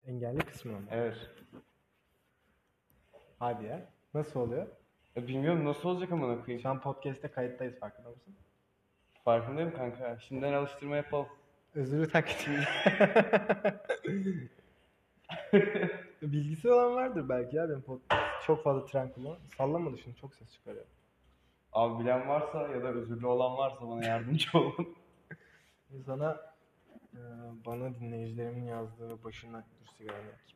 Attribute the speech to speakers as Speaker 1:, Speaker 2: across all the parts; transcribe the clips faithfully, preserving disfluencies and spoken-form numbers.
Speaker 1: Engelli kısmı mı?
Speaker 2: Evet.
Speaker 1: Hadi ya. Nasıl oluyor?
Speaker 2: Ya bilmiyorum nasıl olacak amına koyayım.
Speaker 1: Şu an podcast'te kayıttayız, farkında mısın?
Speaker 2: Farkındayım kanka. Şimdiden alıştırma yapalım.
Speaker 1: Özürü taklidi. Bilgisi olan vardır belki ya, benim podcast. Çok fazla tren kullan. Sallama dışını, çok ses çıkarıyor.
Speaker 2: Abi bilen varsa ya da özürlü olan varsa bana yardımcı olun.
Speaker 1: Sana e, bana dinleyicilerimin yazdığı başından dur sigaramı yakayım.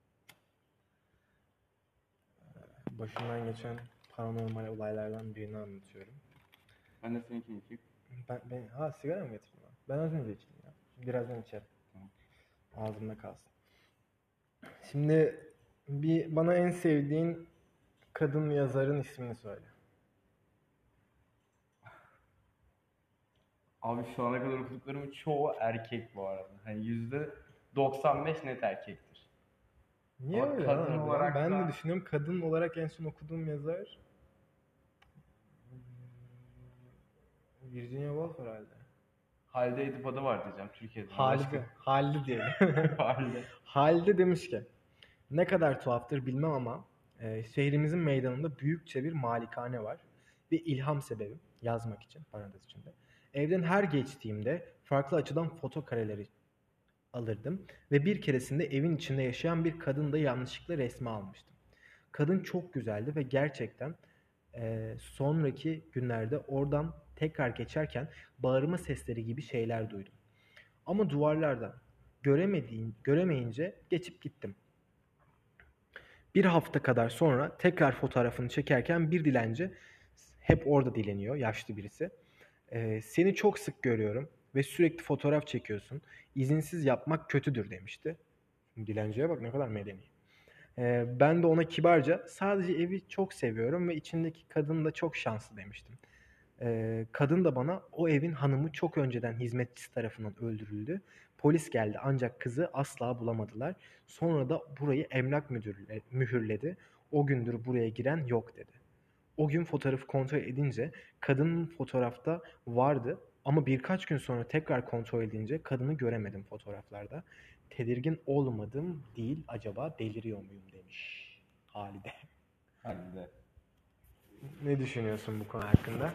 Speaker 1: E, başından geçen paranormal olaylardan birini anlatıyorum.
Speaker 2: Ben de seninkini içeyim.
Speaker 1: Ben, ben ha sigara mı getirdim ben? Ben az önce içtim ya. Birazdan içerim.
Speaker 2: Tamam.
Speaker 1: Ağzımda kalsın. Şimdi bir bana en sevdiğin kadın yazarın ismini söyle.
Speaker 2: Abi şu ana kadar okuduklarımın çoğu erkek bu arada. Hani yüzde doksan beş net erkektir.
Speaker 1: Niye
Speaker 2: Ama
Speaker 1: öyle
Speaker 2: kadın
Speaker 1: lan?
Speaker 2: olarak
Speaker 1: Ben
Speaker 2: da-
Speaker 1: de düşünüyorum, kadın olarak en son okuduğum yazar Virginia Woolf herhalde.
Speaker 2: Halide Edip adı var diyeceğim Türkiye'de.
Speaker 1: Halide. Halide diyelim.
Speaker 2: Halide.
Speaker 1: Halide demiş ki, ne kadar tuhaftır bilmem ama e, şehrimizin meydanında büyükçe bir malikane var ve ilham sebebim yazmak için, parantez içinde. Evden her geçtiğimde farklı açıdan foto kareleri alırdım ve bir keresinde evin içinde yaşayan bir kadın da yanlışlıkla resme almıştım. Kadın çok güzeldi ve gerçekten e, sonraki günlerde oradan tekrar geçerken bağırma sesleri gibi şeyler duydum. Ama duvarlardan göremediğim, göremeyince geçip gittim. Bir hafta kadar sonra tekrar fotoğrafını çekerken bir dilenci, hep orada dileniyor, yaşlı birisi. Ee, seni çok sık görüyorum ve sürekli fotoğraf çekiyorsun. İzinsiz yapmak kötüdür demişti. Dilenciye bak, ne kadar medeni. Ee, ben de ona kibarca sadece evi çok seviyorum ve içindeki kadın da çok şanslı demiştim. Ee, kadın da bana o evin hanımı çok önceden hizmetçisi tarafından öldürüldü. Polis geldi ancak kızı asla bulamadılar. Sonra da burayı emlak müdürü mühürledi. O gündür buraya giren yok dedi. O gün fotoğrafı kontrol edince kadının fotoğrafta vardı ama birkaç gün sonra tekrar kontrol edince kadını göremedim fotoğraflarda. Tedirgin olmadım değil, acaba deliriyor muyum demiş Halide.
Speaker 2: Halide.
Speaker 1: Ne düşünüyorsun bu konu hakkında?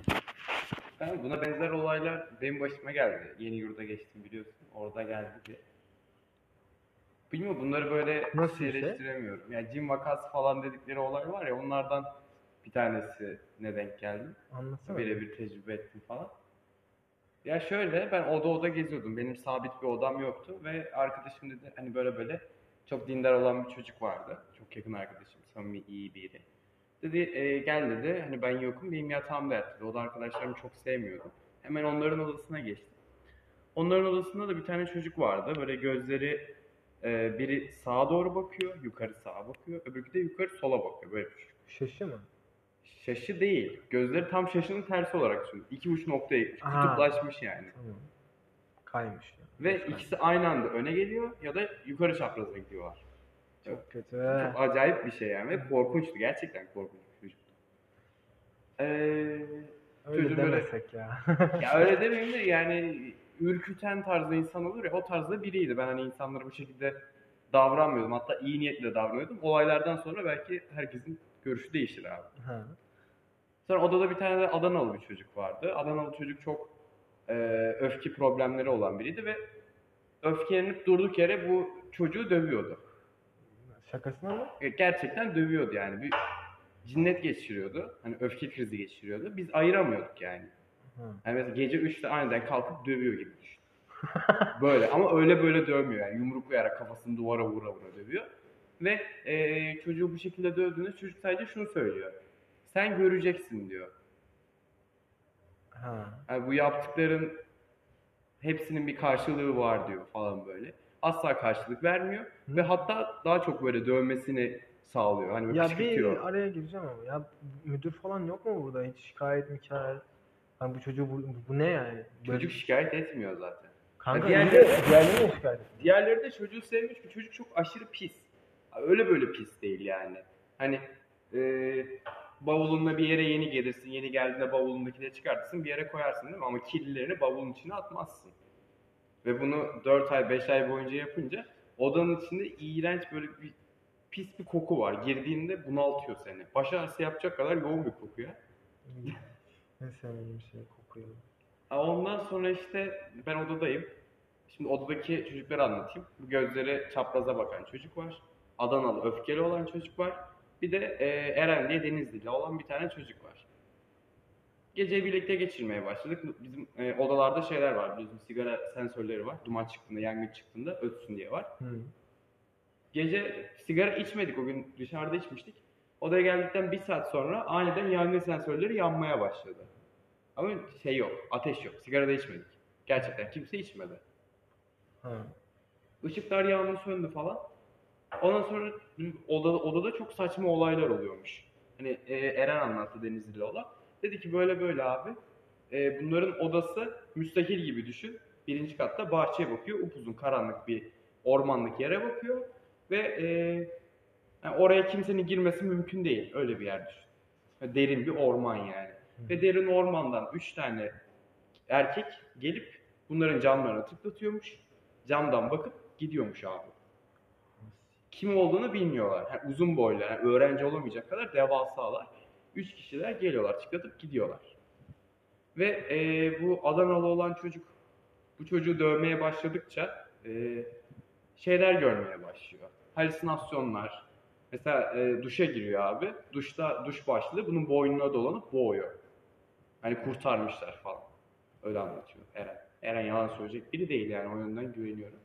Speaker 2: Ben buna benzer olaylar benim başıma geldi. Yeni yurda geçtim biliyorsun. Orada geldi bir. Bilmiyorum, bunları böyle
Speaker 1: Nasıl bir şey?
Speaker 2: şeyleştiremiyorum. Yani cin vakası falan dedikleri olay var ya, onlardan bir tanesi ne denk geldim.
Speaker 1: Anlatsana.
Speaker 2: Birebir tecrübe ettim falan. Ya şöyle, ben oda oda geziyordum. Benim sabit bir odam yoktu ve arkadaşım dedi hani böyle böyle çok dindar olan bir çocuk vardı. Çok yakın arkadaşım, samimi iyi biri. Dedi e, gel dedi, hani ben yokum, benim yatağımda yat dedi. O da arkadaşlarımı çok sevmiyordu. Hemen onların odasına geçtim. Onların odasında da bir tane çocuk vardı. Böyle gözleri e, biri sağa doğru bakıyor, yukarı sağa bakıyor. Öbürkü de yukarı sola bakıyor. Böyle bir çocuk.
Speaker 1: Şaşı mı?
Speaker 2: Şaşı değil. Gözleri tam şaşının tersi olarak düşün. İki uç noktaya gitmiş.
Speaker 1: Aha.
Speaker 2: Kutuplaşmış yani.
Speaker 1: Tamam. Kaymış. Ya.
Speaker 2: Ve
Speaker 1: Boş kaymış.
Speaker 2: ikisi aynı anda öne geliyor ya da yukarı çapraza gidiyorlar.
Speaker 1: Çok kötü.
Speaker 2: Çok acayip bir şey yani ve korkunçtu. Gerçekten korkunç bir çocuktu. Ee,
Speaker 1: Öyle
Speaker 2: çocuğun böyle-
Speaker 1: demesek ya.
Speaker 2: Ya öyle demeyeyim de yani ürküten tarzda insan olur ya, o tarzda biriydi. Ben hani insanlara bu şekilde davranmıyordum. Hatta iyi niyetle davranıyordum. Olaylardan sonra belki herkesin görüşü değişir abi.
Speaker 1: Ha.
Speaker 2: Sonra odada bir tane de Adanalı bir çocuk vardı. Adanalı çocuk çok e, öfke problemleri olan biriydi ve öfkelenip durduk yere bu çocuğu dövüyordu.
Speaker 1: Şakasına mı?
Speaker 2: E, Gerçekten dövüyordu yani. Bir cinnet geçiriyordu. Hani öfke krizi geçiriyordu. Biz ayıramıyorduk yani.
Speaker 1: Ha.
Speaker 2: Yani mesela gece üçte aniden kalkıp dövüyor gibi düşün. Böyle ama öyle böyle dövmüyor yani, yumruklayarak kafasını duvara vura vura dövüyor. Ve e, çocuğu bu şekilde dövdüğünde çocuk sadece şunu söylüyor. Sen göreceksin diyor.
Speaker 1: Ha.
Speaker 2: Yani bu yaptıkların hepsinin bir karşılığı var diyor falan böyle. Asla karşılık vermiyor
Speaker 1: Hı.
Speaker 2: ve hatta daha çok böyle dövmesini sağlıyor. Hani böyle
Speaker 1: Ya
Speaker 2: kışkırtıyor.
Speaker 1: bir araya gireceğim ama ya, müdür falan yok mu burada? Hiç şikayet mikayet. Ben bu çocuğu bu, bu ne yani? Böyle-
Speaker 2: Çocuk şikayet etmiyor zaten.
Speaker 1: Kanka
Speaker 2: Ya
Speaker 1: diğerleri,
Speaker 2: diğerleri-
Speaker 1: diğerleri mi şikayet ediyor?
Speaker 2: Diğerleri de çocuğu sevmiş ki çocuk çok aşırı pis. Öyle böyle pis değil yani. Hani e, bavulunla bir yere yeni gelirsin. Yeni geldiğinde bavulundakileri çıkartırsın, bir yere koyarsın değil mi? Ama kirlilerini bavulun içine atmazsın. Ve bunu dört ay beş ay boyunca yapınca Odanın içinde iğrenç böyle bir pis bir koku var. Girdiğinde bunaltıyor seni. Baş ağrısı yapacak kadar yoğun bir koku ya.
Speaker 1: Ne sevmediğim şey kokuyor.
Speaker 2: Ondan sonra işte ben odadayım. Şimdi odadaki çocukları anlatayım. Bu gözleri çapraza bakan çocuk var. Adanalı, öfkeli olan çocuk var. Bir de e, Eren diye Denizli'li olan bir tane çocuk var. Geceyi birlikte geçirmeye başladık. Bizim e, odalarda şeyler var, biliyorsun, sigara sensörleri var. Duman çıktığında, yangın çıktığında ötsün diye var.
Speaker 1: Hı.
Speaker 2: Gece sigara içmedik, o gün dışarıda içmiştik. Odaya geldikten bir saat sonra aniden yangın sensörleri yanmaya başladı. Ama şey yok, ateş yok. Sigara da içmedik. Gerçekten kimse içmedi.
Speaker 1: Ha.
Speaker 2: Işıklar yağmur söndü falan. Ondan sonra odada, odada çok saçma olaylar oluyormuş. Hani e, Eren anlattı, Denizli'li olan. Dedi ki böyle böyle abi. E, bunların odası müstakil gibi düşün. Birinci katta bahçeye bakıyor. Upuzun karanlık bir ormanlık yere bakıyor. Ve e, yani oraya kimsenin girmesi mümkün değil. Öyle bir yer düşün. Derin bir orman yani.
Speaker 1: Hı.
Speaker 2: Ve derin ormandan üç tane erkek gelip bunların camlarına tıklatıyormuş. Camdan bakıp gidiyormuş abi. Kim olduğunu bilmiyorlar. Yani uzun boylu, yani öğrenci olamayacak kadar devasalar. Üç kişiler geliyorlar, tıklatıp gidiyorlar. Ve e, bu Adanalı olan çocuk, bu çocuğu dövmeye başladıkça e, şeyler görmeye başlıyor. Halüsinasyonlar. Mesela e, duşa giriyor abi. Duşta duş başlığı bunun boynuna dolanıp boğuyor. Hani kurtarmışlar falan. Öyle anlatıyor Eren. Eren yalan söyleyecek biri değil yani, o yönden güveniyorum.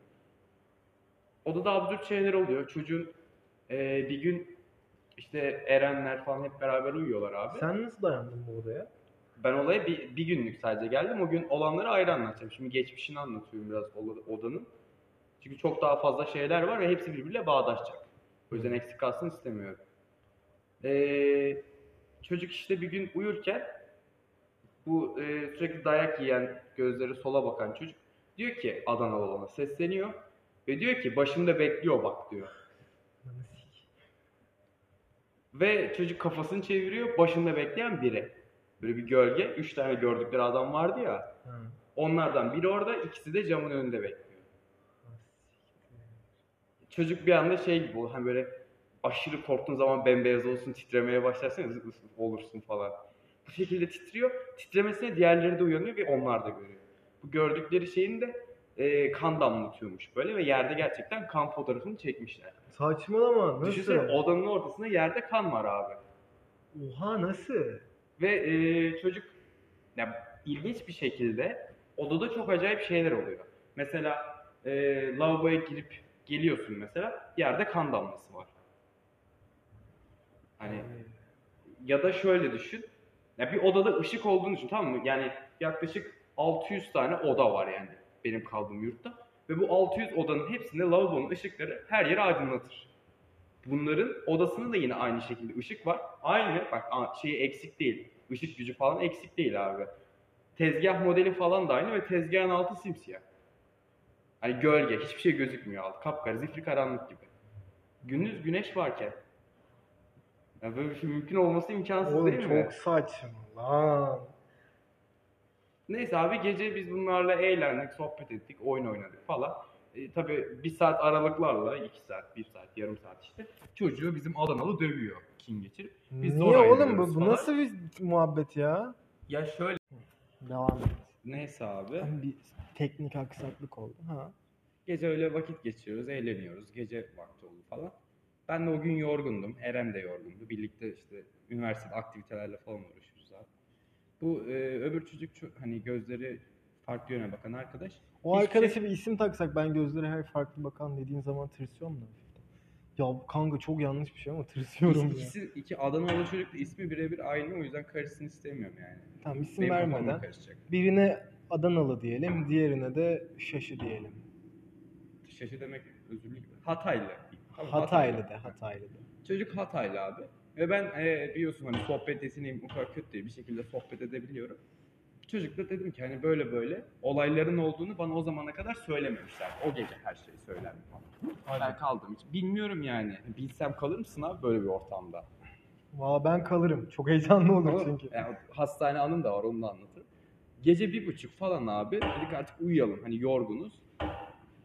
Speaker 2: Odada absürt şeyler oluyor. Çocuğun e, bir gün işte Erenler falan hep beraber uyuyorlar abi.
Speaker 1: Sen nasıl dayandın bu odaya?
Speaker 2: Ben olaya bir, bir günlük sadece geldim. O gün olanları ayrı anlatacağım. Şimdi geçmişini anlatıyorum biraz odanın. Çünkü çok daha fazla şeyler var ve hepsi birbiriyle bağdaşacak. O yüzden eksik kalsın istemiyorum. Ee, çocuk işte bir gün uyurken bu e, sürekli dayak yiyen, gözleri sola bakan çocuk diyor ki Adanalı olana sesleniyor ve diyor ki başımda bekliyor bak diyor. Ve çocuk kafasını çeviriyor, başında bekleyen biri. Böyle bir gölge, üç tane gördükleri adam vardı ya.
Speaker 1: Hı.
Speaker 2: Onlardan biri orada, ikisi de camın önünde bekliyor. Çocuk bir anda şey gibi olur, hani böyle aşırı korktuğun zaman bembeyaz olursun, titremeye başlarsın, ızık ızık olursun falan. Bu şekilde titriyor, titremesine diğerleri de uyanıyor ve onlar da görüyor. Bu gördükleri şeyin de e, kan damlatıyormuş böyle ve yerde gerçekten kan fotoğrafını çekmişler.
Speaker 1: Saçmalama, nasıl?
Speaker 2: Düşünsene, odanın ortasında yerde kan var abi.
Speaker 1: Oha, nasıl?
Speaker 2: Ve e, çocuk ya, ilginç bir şekilde odada çok acayip şeyler oluyor. Mesela e, lavaboya girip geliyorsun mesela, yerde kan damlası var. Hani ya da şöyle düşün. Ya bir odada ışık olduğunu düşün, tamam mı? Yani yaklaşık altı yüz tane oda var yani benim kaldığım yurtta. Ve bu altı yüz odanın hepsinde lavabonun ışıkları her yeri aydınlatır. Bunların odasında da yine aynı şekilde ışık var. Aynı, bak şeyi eksik değil. Işık gücü falan eksik değil abi. Tezgah modeli falan da aynı ve tezgahın altı simsiyah. Hani gölge, hiçbir şey gözükmüyor altı. Kapkara, zifiri karanlık gibi. Gündüz güneş varken. Ya böyle bir şey mümkün olması imkansız
Speaker 1: Oğlum,
Speaker 2: değil mi?
Speaker 1: çok saçma lan.
Speaker 2: Neyse abi, gece biz bunlarla eğlendik, sohbet ettik, oyun oynadık falan. E, tabii bir saat aralıklarla, iki saat, bir saat, yarım saat işte çocuğu bizim Adanalı dövüyor kim geçirip. Biz
Speaker 1: Niye
Speaker 2: zor
Speaker 1: oğlum bu,
Speaker 2: oynuyoruz
Speaker 1: bu
Speaker 2: falan.
Speaker 1: nasıl bir muhabbet ya?
Speaker 2: Ya şöyle.
Speaker 1: Devam et.
Speaker 2: Neyse abi.
Speaker 1: Bir teknik aksaklık oldu. Ha.
Speaker 2: Gece öyle vakit geçiriyoruz, eğleniyoruz. Gece vakti oldu falan. Ben de o gün yorgundum. Eren de yorgundu. Birlikte işte üniversitede aktivitelerle falan uğraşıyoruz abi. Bu e, öbür çocuk çok, hani gözleri farklı yöne bakan arkadaş.
Speaker 1: O
Speaker 2: hiçbir
Speaker 1: arkadaşa
Speaker 2: şey-
Speaker 1: bir isim taksak, ben gözleri her farklı bakan dediğin zaman tırsıyorum da. Ya kanka, çok yanlış bir şey ama tırsıyorum ya.
Speaker 2: İkisi, iki Adanalı çocuk da ismi birebir aynı, o yüzden karışsın istemiyorum yani.
Speaker 1: Tamam, isim
Speaker 2: Benim kafama
Speaker 1: vermeden
Speaker 2: karışacak.
Speaker 1: birine Adanalı diyelim, diğerine de Şaşı diyelim.
Speaker 2: Şaşı demek özürlü gibi. Hataylı. Tamam,
Speaker 1: Hataylı de, Hataylı de.
Speaker 2: Çocuk Hataylı abi. Ve ben e, biliyorsun hani sohbet yeteneğim o kadar kötü değil. Bir şekilde sohbet edebiliyorum. Çocukla dedim ki hani böyle böyle olayların olduğunu bana o zamana kadar söylememişler. O gece her şeyi söylendi falan. Ben kaldım hiç. Bilmiyorum yani. Bilsem kalır mısın abi böyle bir ortamda?
Speaker 1: Valla ben kalırım. Çok heyecanlı olur
Speaker 2: Ama,
Speaker 1: çünkü.
Speaker 2: yani, hastane anım da var, onu da anlatırım. Gece bir buçuk falan abi. Dedik artık uyuyalım. Hani yorgunuz.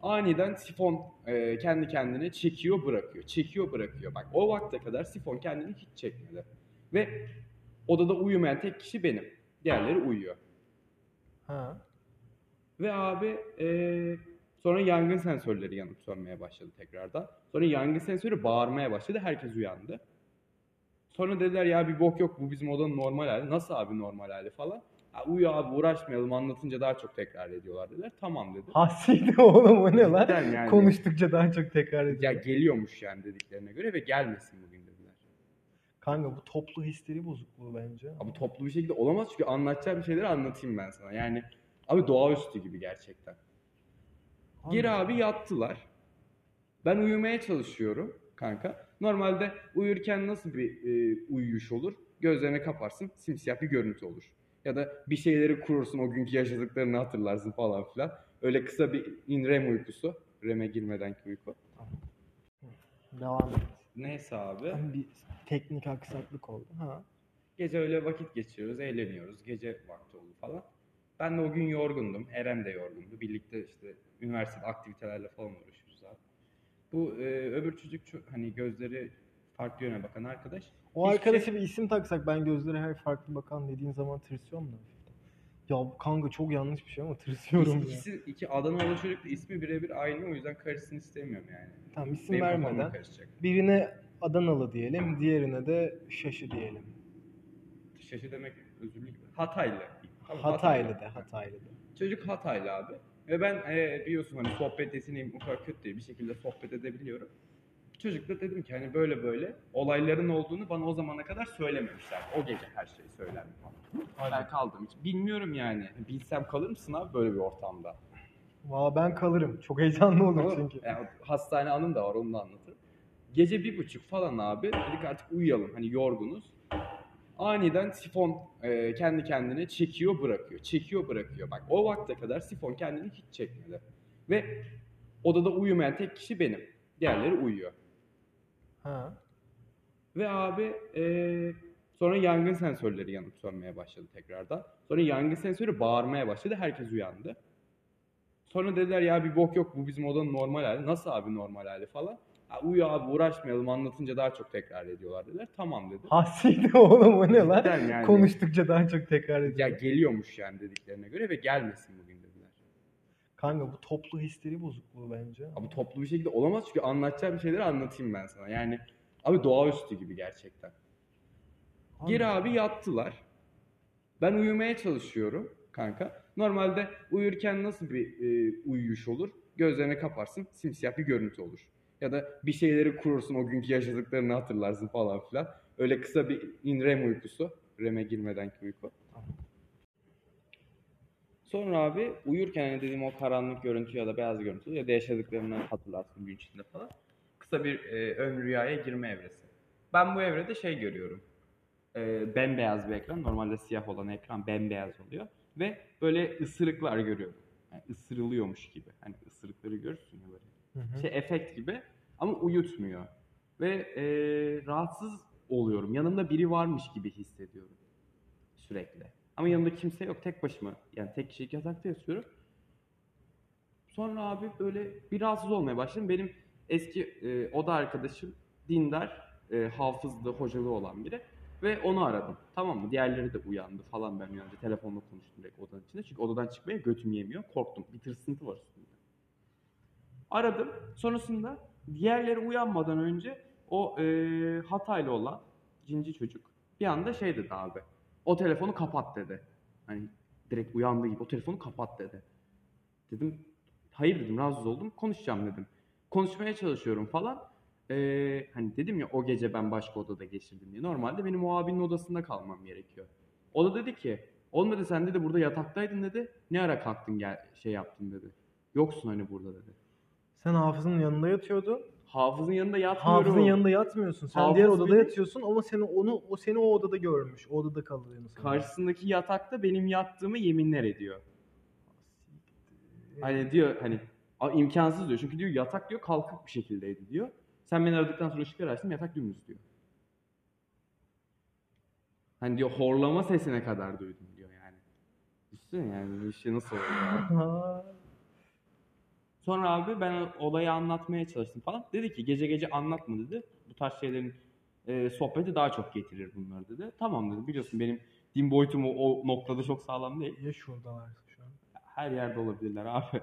Speaker 2: Aniden sifon e, kendi kendine çekiyor bırakıyor. Çekiyor bırakıyor. Bak o vakte kadar sifon kendini hiç çekmedi. Ve odada uyumayan tek kişi benim. Diğerleri uyuyor.
Speaker 1: Ha.
Speaker 2: Ve abi e, sonra yangın sensörleri yanıp sönmeye başladı tekrardan. Sonra yangın sensörü bağırmaya başladı. Herkes uyandı. Sonra dediler ya bir bok yok, bu bizim odanın normal hali. Nasıl abi normal hali falan. Ha, uyu abi, uğraşmayalım, anlatınca daha çok tekrar ediyorlar dediler. Tamam dedim.
Speaker 1: Hasiydi oğlum, o ne lan?
Speaker 2: Cidden yani.
Speaker 1: Konuştukça daha çok tekrar
Speaker 2: Ya
Speaker 1: ediyor.
Speaker 2: geliyormuş yani dediklerine göre ve gelmesin bugün dediler.
Speaker 1: Kanka bu toplu histeri bozukluğu bence.
Speaker 2: Abi toplu bir şekilde olamaz çünkü anlatacağım şeyleri anlatayım ben sana. Yani abi doğaüstü gibi gerçekten. Geri abi yattılar. Ben uyumaya çalışıyorum kanka. Normalde uyurken nasıl bir e, uyuyuş olur? Gözlerini kaparsın, simsiyah bir görüntü olur. Ya da bir şeyleri kurursun, o günkü yaşadıklarını hatırlarsın falan filan. Öyle kısa bir in REM uykusu. REM'e girmedenki uyku.
Speaker 1: Devam et.
Speaker 2: Neyse abi.
Speaker 1: Ama bir teknik aksaklık oldu. Ha.
Speaker 2: Gece öyle vakit geçiriyoruz, eğleniyoruz. Gece vakti oldu falan. Ben de o gün yorgundum. Eren de yorgundu. Birlikte işte üniversitede aktivitelerle falan uğraşıyoruz abi. Bu e, öbür çocuk ço- hani gözleri farklı yöne bakan arkadaş.
Speaker 1: O
Speaker 2: hiçbir
Speaker 1: arkadaşa
Speaker 2: şey-
Speaker 1: bir isim taksak, ben gözleri her farklı bakan dediğin zaman tırsıyorum da. Ya kanka çok yanlış bir şey ama tırsıyorum ya.
Speaker 2: İkisi, iki Adanalı çocuk da ismi birebir aynı, o yüzden karışsın istemiyorum yani.
Speaker 1: Tamam, isim
Speaker 2: Benim kafama
Speaker 1: vermeden
Speaker 2: karışacak.
Speaker 1: birine Adanalı diyelim, diğerine de Şaşı diyelim.
Speaker 2: Şaşı demek özürlü gibi. Hataylı. Tamam,
Speaker 1: Hataylı de, Hataylı de.
Speaker 2: Çocuk Hataylı abi. Ve ben e, biliyorsun hani sohbet yeteneğim o kadar kötü değil. Bir şekilde sohbet edebiliyorum. Çocukla dedim ki hani böyle böyle olayların olduğunu bana o zamana kadar söylememişler. O gece her şey söylendi falan. Ben kaldım hiç. Bilmiyorum yani. Bilsem kalır mısın abi böyle bir ortamda?
Speaker 1: Valla ben kalırım. Çok heyecanlı olur
Speaker 2: Ama
Speaker 1: çünkü.
Speaker 2: yani hastane anım da var, onu da anlatırım. Gece bir buçuk falan abi dedik artık uyuyalım, hani yorgunuz. Aniden sifon e, kendi kendine çekiyor bırakıyor. Çekiyor bırakıyor. Bak o vakte kadar sifon kendini hiç çekmedi. Ve odada uyumayan tek kişi benim. Diğerleri uyuyor.
Speaker 1: Ha.
Speaker 2: Ve abi e, sonra yangın sensörleri yanıp sönmeye başladı tekrardan. Sonra yangın sensörü bağırmaya başladı. Herkes uyandı. Sonra dediler ya bir bok yok, bu bizim odanın normal hali. Nasıl abi normal hali falan. Ha, uyu abi, uğraşmayalım, anlatınca daha çok tekrar ediyorlar dediler. Tamam dedim.
Speaker 1: Hasiydi oğlum, o ne lan?
Speaker 2: Cidden yani.
Speaker 1: Konuştukça daha çok tekrar ediyor.
Speaker 2: Ya geliyormuş yani dediklerine göre ve gelmesin bugün dediler.
Speaker 1: Kanka bu toplu histeri bozukluğu bence.
Speaker 2: Abi toplu bir şekilde olamaz çünkü anlatacağım şeyleri anlatayım ben sana. Yani abi doğaüstü gibi gerçekten. Geri abi yattılar. Ben uyumaya çalışıyorum kanka. Normalde uyurken nasıl bir e, uyuyuş olur? Gözlerini kaparsın, simsiyah bir görüntü olur. Ya da bir şeyleri kurursun, o günkü yaşadıklarını hatırlarsın falan filan. Öyle kısa bir in REM uykusu. REM'e girmedenki uyku. Sonra abi uyurken hani dediğim o karanlık görüntü ya da beyaz görüntü ya da yaşadıklarını hatırlarsın gün içinde falan. Kısa bir e, ön rüyaya girme evresi. Ben bu evrede şey görüyorum. E, bembeyaz bir ekran. Normalde siyah olan ekran bembeyaz oluyor. Ve böyle ısırıklar görüyorum. Yani ısırılıyormuş gibi. Hani ısırıkları görürsün ya böyle.
Speaker 1: Hı hı.
Speaker 2: Şey efekt gibi ama uyutmuyor. Ve e, rahatsız oluyorum. Yanımda biri varmış gibi hissediyorum sürekli. Ama yanımda kimse yok. Tek başıma. Yani tek kişilik yatakta yatıyorum. Sonra abi böyle bir rahatsız olmaya başladım. Benim eski e, oda arkadaşım dindar, e, hafızlı, hocalı olan biri. Ve onu aradım. Tamam mı? Diğerleri de uyandı falan, ben uyanınca telefonla konuştum direkt odanın içinde. Çünkü odadan çıkmaya götüm yemiyor. Korktum. Bir tırsıntı var üstümde. Aradım. Sonrasında diğerleri uyanmadan önce o e, Hataylı olan cinci çocuk bir anda şey dedi abi. O telefonu kapat dedi. Hani direkt uyandığı gibi o telefonu kapat dedi. Dedim hayır dedim, rahatsız oldum, konuşacağım dedim. Konuşmaya çalışıyorum falan. Ee, hani dedim ya o gece ben başka odada geçirdim diye. Normalde benim o abinin odasında kalmam gerekiyor. O da dedi ki oğlum dedi sen dedi burada yataktaydın dedi. Ne ara kalktın gel şey yaptın dedi. Yoksun hani burada dedi.
Speaker 1: Sen Hafız'ın yanında yatıyordun.
Speaker 2: Hafızın yanında yatmıyorum.
Speaker 1: Hafız'ın yanında yatmıyorsun. Sen
Speaker 2: Hafız
Speaker 1: diğer odada
Speaker 2: beni-
Speaker 1: yatıyorsun ama seni onu o seni o odada görmüş. O odada kalıyorsun. sen.
Speaker 2: Karşısındaki yatakta benim yattığımı yeminler ediyor. Hani diyor hani "A, imkansız diyor. Çünkü diyor yatak diyor kalkık bir şekildeydi diyor. Sen beni aradıktan sonra ışıkları açtım, yatak dümdüz diyor. Hani diyor horlama sesine kadar duydum diyor yani. Düşünsene yani bu işe nasıl oluyor?
Speaker 1: Ha.
Speaker 2: Sonra abi ben olayı anlatmaya çalıştım falan. Dedi ki gece gece anlatma dedi. Bu tarz şeylerin e, sohbeti daha çok getirir bunları dedi. Tamam dedi. Biliyorsun benim din boyutum o, o noktada çok sağlam değil.
Speaker 1: Ya şuradalar şu an.
Speaker 2: Her yerde olabilirler abi.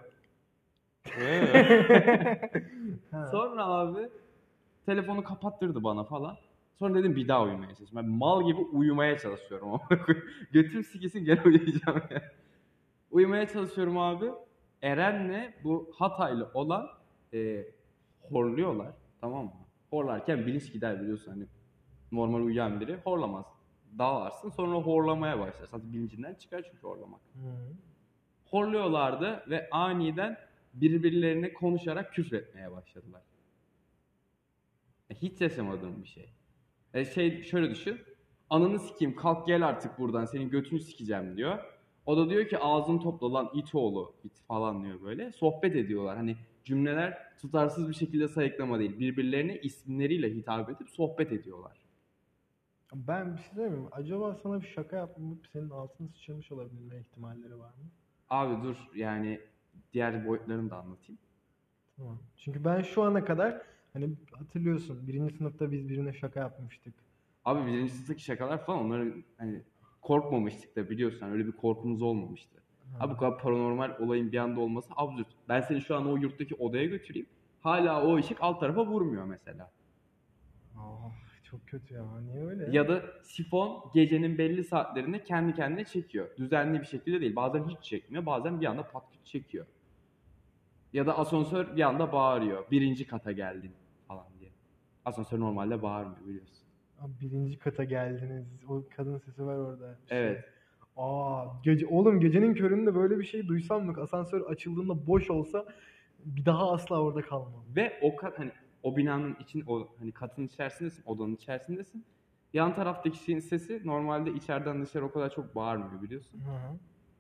Speaker 1: Ha.
Speaker 2: Sonra abi telefonu kapattırdı bana falan. Sonra dedim bir daha uyumaya çalışıyorum. Ben mal gibi uyumaya çalışıyorum. Götüm sikisin gene uyuyacağım ya. Uyumaya çalışıyorum abi. Eren'le bu Hataylı olan e, horluyorlar. Tamam mı? Horlarken bilinç gider biliyorsun hani. Normal uyuyan biri horlamaz. Dağlarsın sonra horlamaya başlar. Zaten bilincinden çıkar çünkü horlamak.
Speaker 1: Hı.
Speaker 2: Horluyorlardı ve aniden birbirlerine konuşarak küfretmeye başladılar. Hiç yaşamadığım bir şey. E şey şöyle düşün. Ananı sikeyim kalk gel artık buradan senin götünü sikeceğim diyor. O da diyor ki ağzını topla lan it oğlu it falan diyor böyle. Sohbet ediyorlar. Hani cümleler tutarsız bir şekilde sayıklama değil. Birbirlerine isimleriyle hitap edip sohbet ediyorlar.
Speaker 1: Ben bir şey söyleyeyim mi? Acaba sana bir şaka yapıp senin altını sıçramış olabilme ihtimalleri var mı?
Speaker 2: Abi dur yani diğer boyutlarını da anlatayım.
Speaker 1: Tamam. Çünkü ben şu ana kadar hani hatırlıyorsun birinci sınıfta biz birine şaka yapmıştık.
Speaker 2: Abi birinci sınıftaki şakalar falan onları hani korkmamıştık da biliyorsun hani öyle bir korkumuz olmamıştı.
Speaker 1: Ha.
Speaker 2: Abi bu kadar paranormal olayın bir anda olması absürt. Ben seni şu an o yurttaki odaya götüreyim. Hala o ışık alt tarafa vurmuyor mesela.
Speaker 1: Ah, çok kötü ya. Niye öyle?
Speaker 2: Ya da sifon gecenin belli saatlerinde kendi kendine çekiyor. Düzenli bir şekilde değil. Bazen hiç çekmiyor. Bazen bir anda pat küt çekiyor. Ya da asansör bir anda bağırıyor. Birinci kata geldin falan diye. Asansör normalde bağırmıyor biliyorsun.
Speaker 1: Abi birinci kata geldiniz. O kadın sesi var orada. Şey.
Speaker 2: Evet.
Speaker 1: Aa, gece oğlum gecenin köründe böyle bir şey duysam mı? Asansör açıldığında boş olsa bir daha asla orada kalmam.
Speaker 2: Ve o kat hani o binanın için o hani katın içerisindesin, odanın içerisindesin. Yan taraftaki şeyin sesi normalde içeriden dışarı o kadar çok bağırmıyor biliyorsun.
Speaker 1: Hı hı.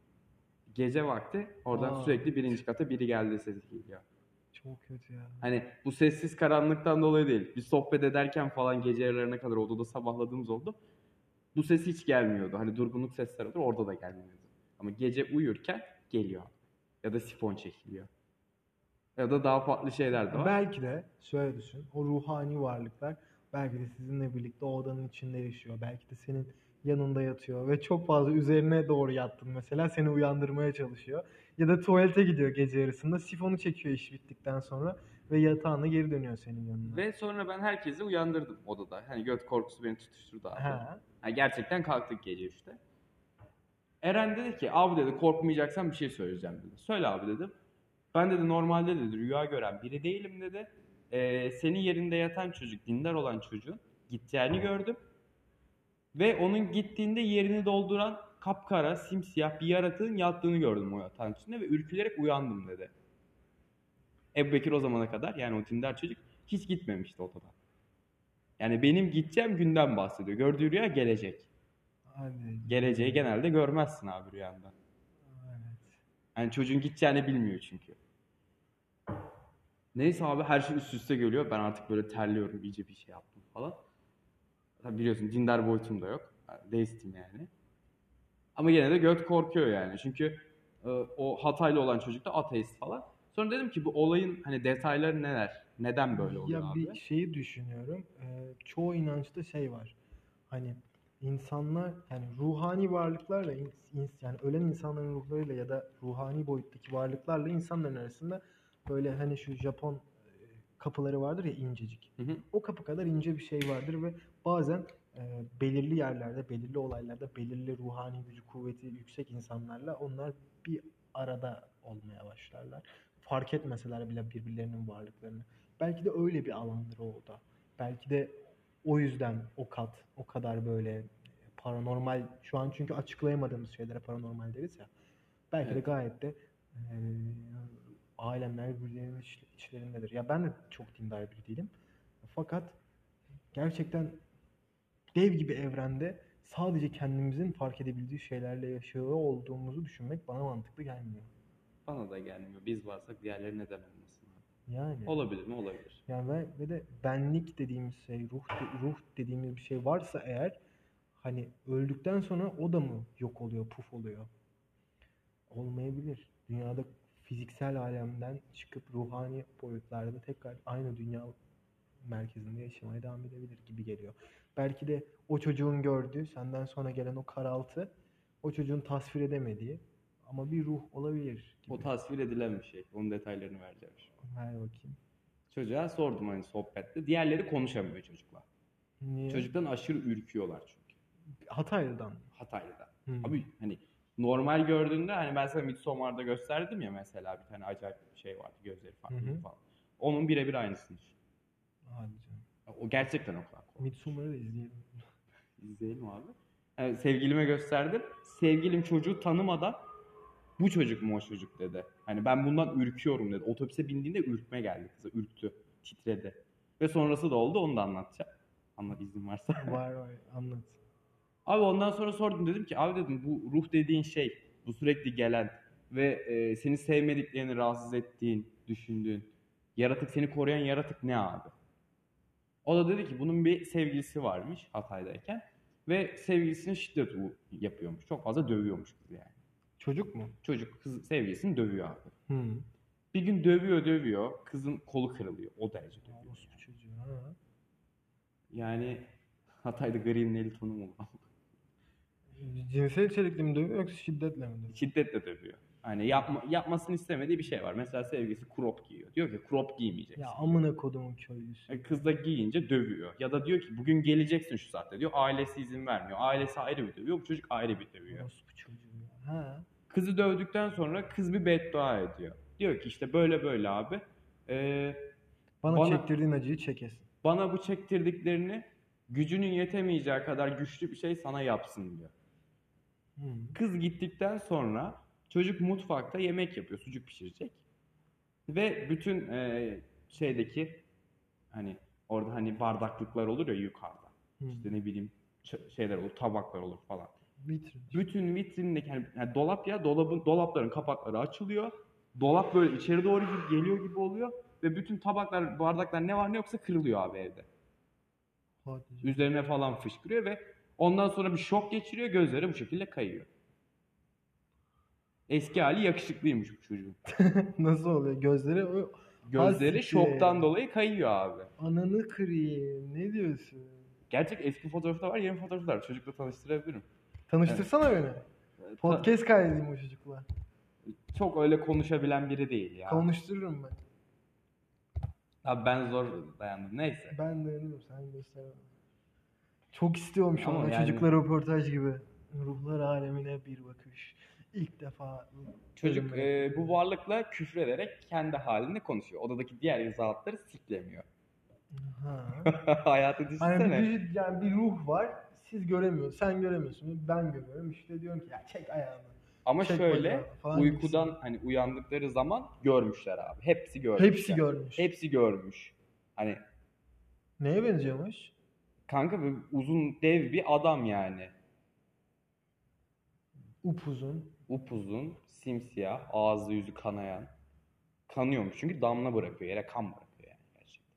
Speaker 2: Gece vakti oradan
Speaker 1: Aa.
Speaker 2: sürekli birinci kata biri geldi sesi geliyor.
Speaker 1: Çok kötü ya.
Speaker 2: Hani bu sessiz karanlıktan dolayı değil. Biz sohbet ederken falan gece yarılarına kadar odada sabahladığımız oldu. Bu ses hiç gelmiyordu. Hani durgunluk sesleri olur orada da gelmiyordu. Ama gece uyurken geliyor. Ya da sifon çekiliyor. Ya da daha farklı şeyler de var.
Speaker 1: Belki de şöyle düşün. O ruhani varlıklar belki de sizinle birlikte o odanın içinde yaşıyor. Belki de senin yanında yatıyor ve çok fazla üzerine doğru yattın mesela seni uyandırmaya çalışıyor. Ya da tuvalete gidiyor gece yarısında sifonu çekiyor iş bittikten sonra ve yatağına geri dönüyor senin yanına.
Speaker 2: Ve sonra ben herkesi uyandırdım odada. Hani göt korkusu beni tutuşturdu abi.
Speaker 1: Ha.
Speaker 2: Yani gerçekten kalktık gece üçte. Eren dedi ki abi dedi korkmayacaksan bir şey söyleyeceğim dedi. Söyle abi dedim. Ben dedi normalde dedi rüya gören biri değilim dedi. Ee, senin yerinde yatan çocuk, dindar olan çocuğun gittiğini gördüm. Ve onun gittiğinde yerini dolduran kapkara, simsiyah bir yaratığın yattığını gördüm o yatağın içinde ve ürkülerek uyandım dedi. Ebu Bekir o zamana kadar yani o dindar çocuk hiç gitmemişti odadan. Yani benim gideceğim günden bahsediyor. Gördüğü rüya gelecek.
Speaker 1: Hadi.
Speaker 2: Geleceği genelde görmezsin abi rüyanda.
Speaker 1: Evet.
Speaker 2: Yani çocuğun gideceğini bilmiyor çünkü. Neyse abi her şey üst üste geliyor. Ben artık böyle terliyorum. İyice bir şey yaptım falan. Tabii biliyorsun dindar boyutum da yok. Deistim yani. Ama yine de göt korkuyor yani. Çünkü e, o Hataylı olan çocuk da ateist falan. Sonra dedim ki bu olayın hani detayları neler? Neden böyle oluyor
Speaker 1: Ya
Speaker 2: abi?
Speaker 1: bir şeyi düşünüyorum. Ee, çoğu inançta şey var. Hani insanlar yani ruhani varlıklarla ins- ins- yani ölen insanların ruhlarıyla ya da ruhani boyuttaki varlıklarla insanların arasında böyle hani şu Japon e, kapıları vardır ya incecik.
Speaker 2: Hı hı.
Speaker 1: O kapı kadar ince bir şey vardır ve bazen e, belirli yerlerde, belirli olaylarda, belirli ruhani gücü, kuvveti yüksek insanlarla onlar bir arada olmaya başlarlar. Fark etmeseler bile birbirlerinin varlıklarını. Belki de öyle bir alandır o oda. Belki de o yüzden o kat o kadar böyle paranormal şu an çünkü açıklayamadığımız şeylere paranormal deriz ya. Belki de
Speaker 2: Evet.
Speaker 1: gayet de e, alemler birbirlerinin iç- içlerindedir. Ya ben de çok dindar biri değilim. Fakat gerçekten dev gibi evrende sadece kendimizin fark edebildiği şeylerle yaşıyor olduğumuzu düşünmek bana mantıklı gelmiyor.
Speaker 2: Bana da gelmiyor. Biz varsak diğerleri neden olmasın abi?
Speaker 1: Yani
Speaker 2: Olabilir mi? Olabilir.
Speaker 1: yani ve, ve de benlik dediğimiz şey, ruh ruh dediğimiz bir şey varsa eğer hani öldükten sonra o da mı yok oluyor, puf oluyor? Olmayabilir. Dünyada fiziksel alemden çıkıp ruhani boyutlarda tekrar aynı dünya merkezinde yaşamaya devam edebilir gibi geliyor. Belki de o çocuğun gördüğü, senden sonra gelen o karaltı, o çocuğun tasvir edemediği ama bir ruh olabilir gibi.
Speaker 2: O tasvir edilen bir şey. Onun detaylarını vereceğim şimdi.
Speaker 1: Ver bakayım.
Speaker 2: Çocuğa sordum hani sohbette. Diğerleri konuşamıyor çocuklar.
Speaker 1: Niye?
Speaker 2: Çocuktan aşırı ürküyorlar çünkü.
Speaker 1: Hataylı'dan mı?
Speaker 2: Hataylı'da.
Speaker 1: Hmm.
Speaker 2: Abi hani normal gördüğünde hani ben sana Midsommar'da gösterdim ya mesela bir tane acayip bir şey vardı. Gözleri farklı
Speaker 1: Hı hı.
Speaker 2: falan. Onun birebir aynısını düşün.
Speaker 1: Hadi canım.
Speaker 2: O gerçekten o kadar korkunç.
Speaker 1: Midsommar'ı da izleyelim.
Speaker 2: İzleyelim abi. Yani sevgilime gösterdim. Sevgilim çocuğu tanımadan bu çocuk mu o çocuk dedi. Hani ben bundan ürküyorum dedi. Otobüse bindiğinde ürkme geldi kıza. Ürktü. Titredi. Ve sonrası da oldu. Onu da anlatacağım. Anlat izin varsa.
Speaker 1: Var var anlat.
Speaker 2: Abi ondan sonra sordum. Dedim ki abi dedim bu ruh dediğin şey, bu sürekli gelen ve e, seni sevmediklerini rahatsız ettiğin, düşündüğün yaratık, seni koruyan yaratık ne abi? O da dedi ki bunun bir sevgilisi varmış Hatay'dayken ve sevgilisine şiddet u- yapıyormuş. Çok fazla dövüyormuş kızı yani.
Speaker 1: Çocuk mu?
Speaker 2: Çocuk kız sevgilisini dövüyor abi.
Speaker 1: Hı.
Speaker 2: Bir gün dövüyor dövüyor. Kızın kolu kırılıyor. O derece dövüyor.
Speaker 1: Orospu çocuğu. Ha.
Speaker 2: Yani Hatay'da Green'in eli tonu mu?
Speaker 1: Cinsel içerikli mi dövüyor yoksa şiddetle mi dövüyor?
Speaker 2: Şiddetle dövüyor. Hani yapma, yapmasını istemediği bir şey var. Mesela sevgilisi crop giyiyor. Diyor ki crop giymeyeceksin.
Speaker 1: Ya amına kodumun köylüsü.
Speaker 2: E, Kız da giyince dövüyor. Ya da diyor ki bugün geleceksin şu saatte diyor. Ailesi izin vermiyor. Ailesi ayrı bir dövüyor. Bu çocuk ayrı bir dövüyor.
Speaker 1: Orospu çocuğu ya. Ha.
Speaker 2: Kızı dövdükten sonra kız bir beddua ediyor. Diyor ki işte böyle böyle abi. Ee,
Speaker 1: Bana,
Speaker 2: Bana-
Speaker 1: çektirdiğin acıyı çekesin.
Speaker 2: bana bu çektirdiklerini gücünün yetemeyeceği kadar güçlü bir şey sana yapsın diyor.
Speaker 1: Hı.
Speaker 2: Kız gittikten sonra çocuk mutfakta yemek yapıyor. Sucuk pişirecek. Ve bütün e, şeydeki hani orada hani bardaklıklar olur ya yukarıda.
Speaker 1: Hı.
Speaker 2: İşte ne bileyim ç- şeyler olur, tabaklar olur falan.
Speaker 1: Vitrin.
Speaker 2: Bütün vitrindeki yani, yani dolap ya dolabın dolapların kapakları açılıyor. Dolap böyle içeri doğru gibi geliyor gibi oluyor ve bütün tabaklar, bardaklar ne var ne yoksa kırılıyor abi evde.
Speaker 1: Hadi.
Speaker 2: Üzerine falan fışkırıyor ve ondan sonra bir şok geçiriyor, gözleri bu şekilde kayıyor. Eski hali yakışıklıymış bu çocuğun.
Speaker 1: Nasıl oluyor? Gözleri o...
Speaker 2: Gözleri
Speaker 1: Hasiki.
Speaker 2: şoktan dolayı kayıyor abi.
Speaker 1: Ananı kırayım. Ne diyorsun?
Speaker 2: Gerçek eski fotoğrafı da var, yeni fotoğrafı da var. Çocukla tanıştırabilirim.
Speaker 1: Tanıştırsana beni.
Speaker 2: Ta-
Speaker 1: Podcast kaydedeyim o çocukla.
Speaker 2: Çok öyle konuşabilen biri değil ya.
Speaker 1: Konuştururum ben.
Speaker 2: Abi ben zor dayandım. Neyse.
Speaker 1: Ben dayanıyorum. Sen göster. Çok istiyorum şu
Speaker 2: Ama
Speaker 1: anda
Speaker 2: yani-
Speaker 1: çocukla röportaj gibi. Ruhlar alemine bir bakış. İlk defa.
Speaker 2: Çocuk
Speaker 1: bölümde-
Speaker 2: e, bu varlıkla küfrederek kendi halinde konuşuyor. Odadaki diğer zatları siklemiyor.
Speaker 1: Ha.
Speaker 2: Hayatı
Speaker 1: Hani
Speaker 2: düşünsene.
Speaker 1: bir, yani bir ruh var. Siz göremiyorsunuz. Sen göremiyorsun. Ben görüyorum. İşte diyorum ki ya çek ayağını.
Speaker 2: Ama
Speaker 1: çek
Speaker 2: şöyle
Speaker 1: bacağını falan
Speaker 2: uykudan
Speaker 1: gibisinden.
Speaker 2: hani uyandıkları zaman görmüşler abi. Hepsi görmüş.
Speaker 1: Hepsi
Speaker 2: yani.
Speaker 1: görmüş.
Speaker 2: Hepsi görmüş. Hani
Speaker 1: Neye benziyormuş?
Speaker 2: kanka böyle uzun dev bir adam yani.
Speaker 1: Upuzun.
Speaker 2: Upuzun, simsiyah, ağzı yüzü kanayan. Kanıyormuş çünkü damla bırakıyor. Yere kan bırakıyor yani gerçekten.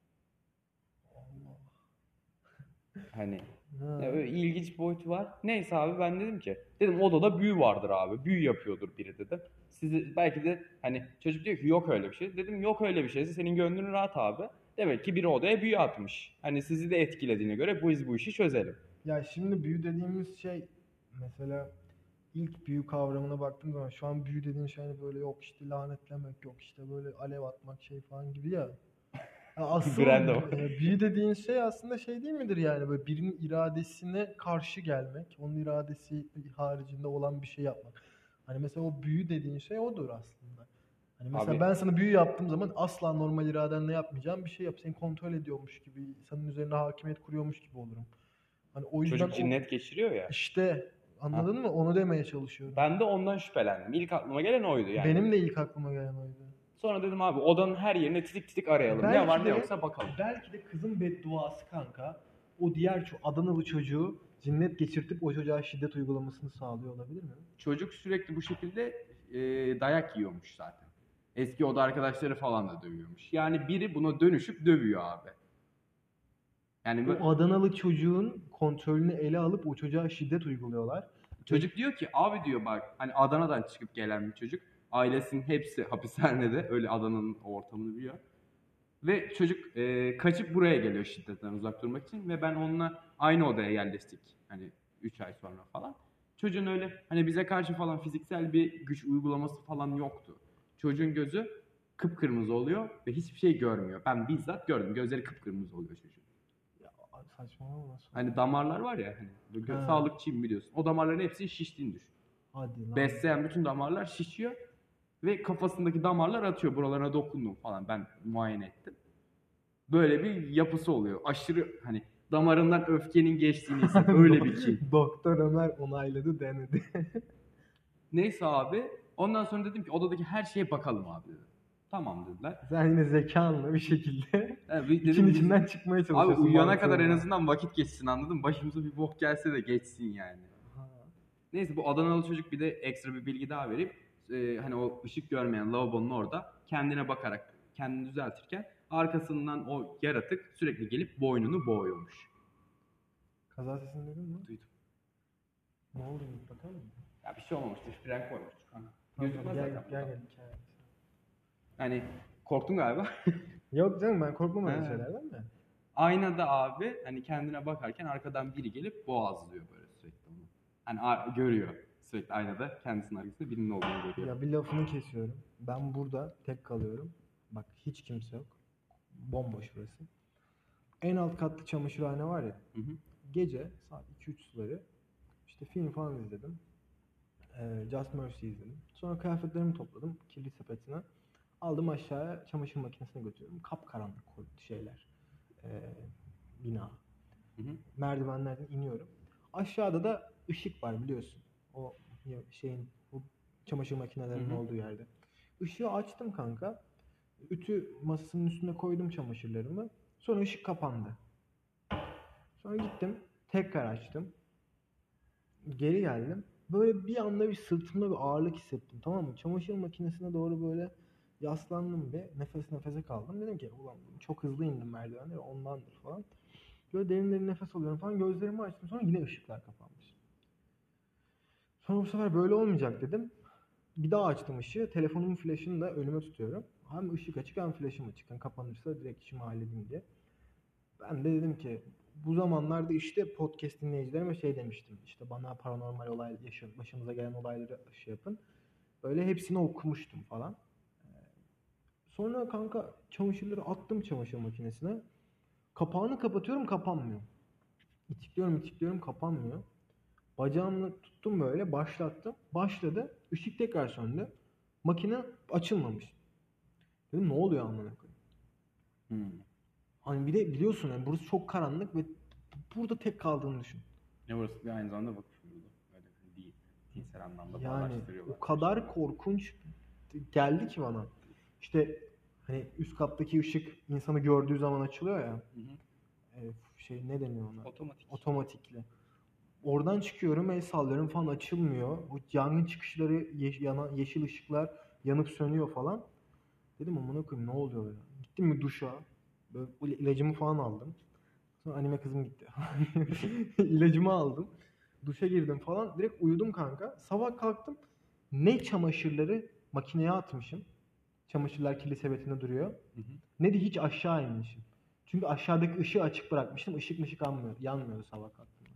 Speaker 2: Hani
Speaker 1: Ha.
Speaker 2: ya böyle ilginç bir boyutu var. Neyse abi ben dedim ki dedim odada büyü vardır abi. Büyü yapıyordur biri dedim. Sizi belki de hani çocuk diyor ki yok öyle bir şey. Dedim yok öyle bir şeyse senin gönlün rahat abi. Demek ki biri odaya büyü atmış. Hani sizi de etkilediğine göre biz bu işi çözelim.
Speaker 1: Ya şimdi büyü dediğimiz şey mesela ilk büyü kavramına baktığım zaman şu an büyü dediğin şey hani böyle yok işte lanetlemek yok işte böyle alev atmak şey falan gibi ya. Ya asıl
Speaker 2: Brando.
Speaker 1: e, büyü dediğin şey aslında şey değil midir yani böyle birinin iradesine karşı gelmek, onun iradesi haricinde olan bir şey yapmak. Hani mesela o büyü dediğin şey odur aslında. Hani mesela
Speaker 2: Abi-
Speaker 1: ben sana büyü yaptığım zaman asla normal iradenle yapmayacağım bir şey yap. Seni kontrol ediyormuş gibi, senin üzerine hakimiyet kuruyormuş gibi olurum. Hani o yüzden
Speaker 2: Çocuk
Speaker 1: o-
Speaker 2: cinnet geçiriyor ya.
Speaker 1: işte anladın mı? Onu demeye çalışıyorum.
Speaker 2: Ben de ondan şüphelendim. İlk aklıma gelen oydu yani.
Speaker 1: Benim de ilk aklıma gelen oydu.
Speaker 2: Sonra dedim abi odanın her yerine titik titik arayalım. ne
Speaker 1: Belki
Speaker 2: var ne
Speaker 1: de-
Speaker 2: yoksa bakalım.
Speaker 1: Belki de kızın bedduası kanka o diğer ço- Adanalı çocuğu cinnet geçirtip o çocuğa şiddet uygulamasını sağlıyor olabilir mi?
Speaker 2: Çocuk sürekli bu şekilde e, dayak yiyormuş zaten. Eski oda arkadaşları falan da dövüyormuş. Yani biri buna dönüşüp dövüyor abi. Yani böyle-
Speaker 1: O Adanalı çocuğun kontrolünü ele alıp o çocuğa şiddet uyguluyorlar.
Speaker 2: çocuk diyor ki abi diyor bak hani Adana'dan çıkıp gelen bir çocuk. ailesinin hepsi hapishanede. Öyle Adana'nın ortamını biliyor. Ve çocuk e, kaçıp buraya geliyor şiddetten uzak durmak için. Ve ben onunla aynı odaya yerleştik. Hani üç ay sonra falan. Çocuğun öyle hani bize karşı falan fiziksel bir güç uygulaması falan yoktu. Çocuğun gözü kıpkırmızı oluyor ve hiçbir şey görmüyor. Ben bizzat gördüm. Gözleri kıpkırmızı oluyor çocuğun.
Speaker 1: Ya saçmalama nasıl?
Speaker 2: Hani damarlar var ya hani böyle
Speaker 1: Ha.
Speaker 2: sağlıkçıyım biliyorsun. O damarların hepsinin şiştiğini düşün.
Speaker 1: Hadi lan.
Speaker 2: Besleyen bütün damarlar şişiyor ve kafasındaki damarlar atıyor. Buralarına dokundum falan. Ben muayene ettim. Böyle bir yapısı oluyor. Aşırı hani damarından öfkenin geçtiğini hisset. Öyle bir ki.
Speaker 1: Doktor Ömer onayladı denedi.
Speaker 2: Neyse abi. Ondan sonra dedim ki odadaki her şeye bakalım abi dedim. Tamam dediler.
Speaker 1: Sen yine zekanla bir şekilde
Speaker 2: Yani bir-
Speaker 1: için
Speaker 2: dedim, biz-
Speaker 1: içinden çıkmaya
Speaker 2: Abi
Speaker 1: çalışıyorsun.
Speaker 2: uyuyana kadar en
Speaker 1: mantığında.
Speaker 2: azından vakit geçsin anladın mı? Başımıza bir bok gelse de geçsin yani.
Speaker 1: Ha.
Speaker 2: Neyse bu Adanalı çocuk bir de ekstra bir bilgi daha verip e, hani o ışık görmeyen lavabonun orada kendine bakarak kendini düzeltirken arkasından o yaratık sürekli gelip boynunu boğuyormuş.
Speaker 1: Kaza sesini duydun mu?
Speaker 2: Duydum.
Speaker 1: Ne oldu git bakalım mı?
Speaker 2: Ya bir şey olmamıştır. Fren koymuştur kanka.
Speaker 1: Tamam,
Speaker 2: Gözükmez
Speaker 1: gel,
Speaker 2: zaten.
Speaker 1: gel gel hikaye.
Speaker 2: Yani korktun galiba.
Speaker 1: Yok canım ben korkmam öyle
Speaker 2: He.
Speaker 1: şeylerden de.
Speaker 2: Aynada abi hani kendine bakarken arkadan biri gelip boğazlıyor böyle sürekli onu. Hani a- görüyor sürekli aynada kendisinin arkasında birinin olduğunu görüyor.
Speaker 1: Ya bir lafını kesiyorum. Ben burada tek kalıyorum. Bak hiç kimse yok. Bomboş burası. En alt katlı çamaşırhane var ya.
Speaker 2: Hı hı.
Speaker 1: Gece saat iki üç suları işte film falan izledim. Ee, Just Mercy izledim. Sonra kıyafetlerimi topladım kirli sepetine. Aldım aşağıya çamaşır makinesine götürüyorum. Kapkaranlık şeyler. Ee, bina.
Speaker 2: Hı hı.
Speaker 1: Merdivenlerden iniyorum. Aşağıda da ışık var biliyorsun. O şeyin o çamaşır makinelerinin
Speaker 2: Hı hı.
Speaker 1: olduğu yerde. Işığı açtım kanka. Ütü masasının üstüne koydum çamaşırlarımı. Sonra ışık kapandı. Sonra gittim. Tekrar açtım. Geri geldim. Böyle bir anda bir sırtımda bir ağırlık hissettim. Tamam mı? Çamaşır makinesine doğru böyle yaslandım bir. Nefes nefese kaldım. Dedim ki ulan çok hızlı indim merdivenleri ondandır falan. Böyle derin derin nefes alıyorum falan. Gözlerimi açtım. Sonra yine ışıklar kapanmış. Sonra bu sefer böyle olmayacak dedim. Bir daha açtım ışığı. Telefonumun flaşını da önüme tutuyorum. Hem ışık açık hem flaşım açık. Yani kapanırsa direkt işimi halledeyim diye. Ben de dedim ki bu zamanlarda işte podcast dinleyicilerime şey demiştim. İşte bana paranormal olay yaşın, başınıza gelen olayları şey yapın. Böyle hepsini okumuştum falan. Sonra kanka çamaşırları attım çamaşır makinesine. Kapağını kapatıyorum kapanmıyor. İtikliyorum itikliyorum kapanmıyor. Bacağımla tuttum böyle başlattım. Başladı. Işık tekrar söndü. Makine açılmamış. Dedim ne oluyor amına koyayım.
Speaker 2: Hmm.
Speaker 1: Hani bir de biliyorsun yani burası çok karanlık ve burada tek kaldığını düşün.
Speaker 2: Ne burası bir aynı zamanda vakıf yurdu. Öyle değil. Cinsel anlamda
Speaker 1: Yani
Speaker 2: bağdaştırıyorlar.
Speaker 1: o kadar korkunç geldi ki bana. İşte hani üst kattaki ışık insanı gördüğü zaman açılıyor ya.
Speaker 2: Hı hı.
Speaker 1: E, şey ne deniyor ona?
Speaker 2: Otomatik.
Speaker 1: Otomatikli. Oradan çıkıyorum, el sallıyorum falan açılmıyor. O yangın çıkışları, ye- yana, yeşil ışıklar yanıp sönüyor falan. Dedim amına koyayım ne oluyor ya? Gittim bir duşa. Böyle il- ilacımı falan aldım. Sonra anime kızım gitti. İlacımı aldım. Duşa girdim falan. Direkt uyudum kanka. Sabah kalktım. Ne çamaşırları makineye atmışım. Çamaşırlar kirli sepetinde duruyor.
Speaker 2: Hı hı.
Speaker 1: Ne de hiç aşağı inmişim. Çünkü aşağıdaki ışığı açık bırakmıştım. Işık mışık yanmıyor, yanmıyordu sabah kalktığımda.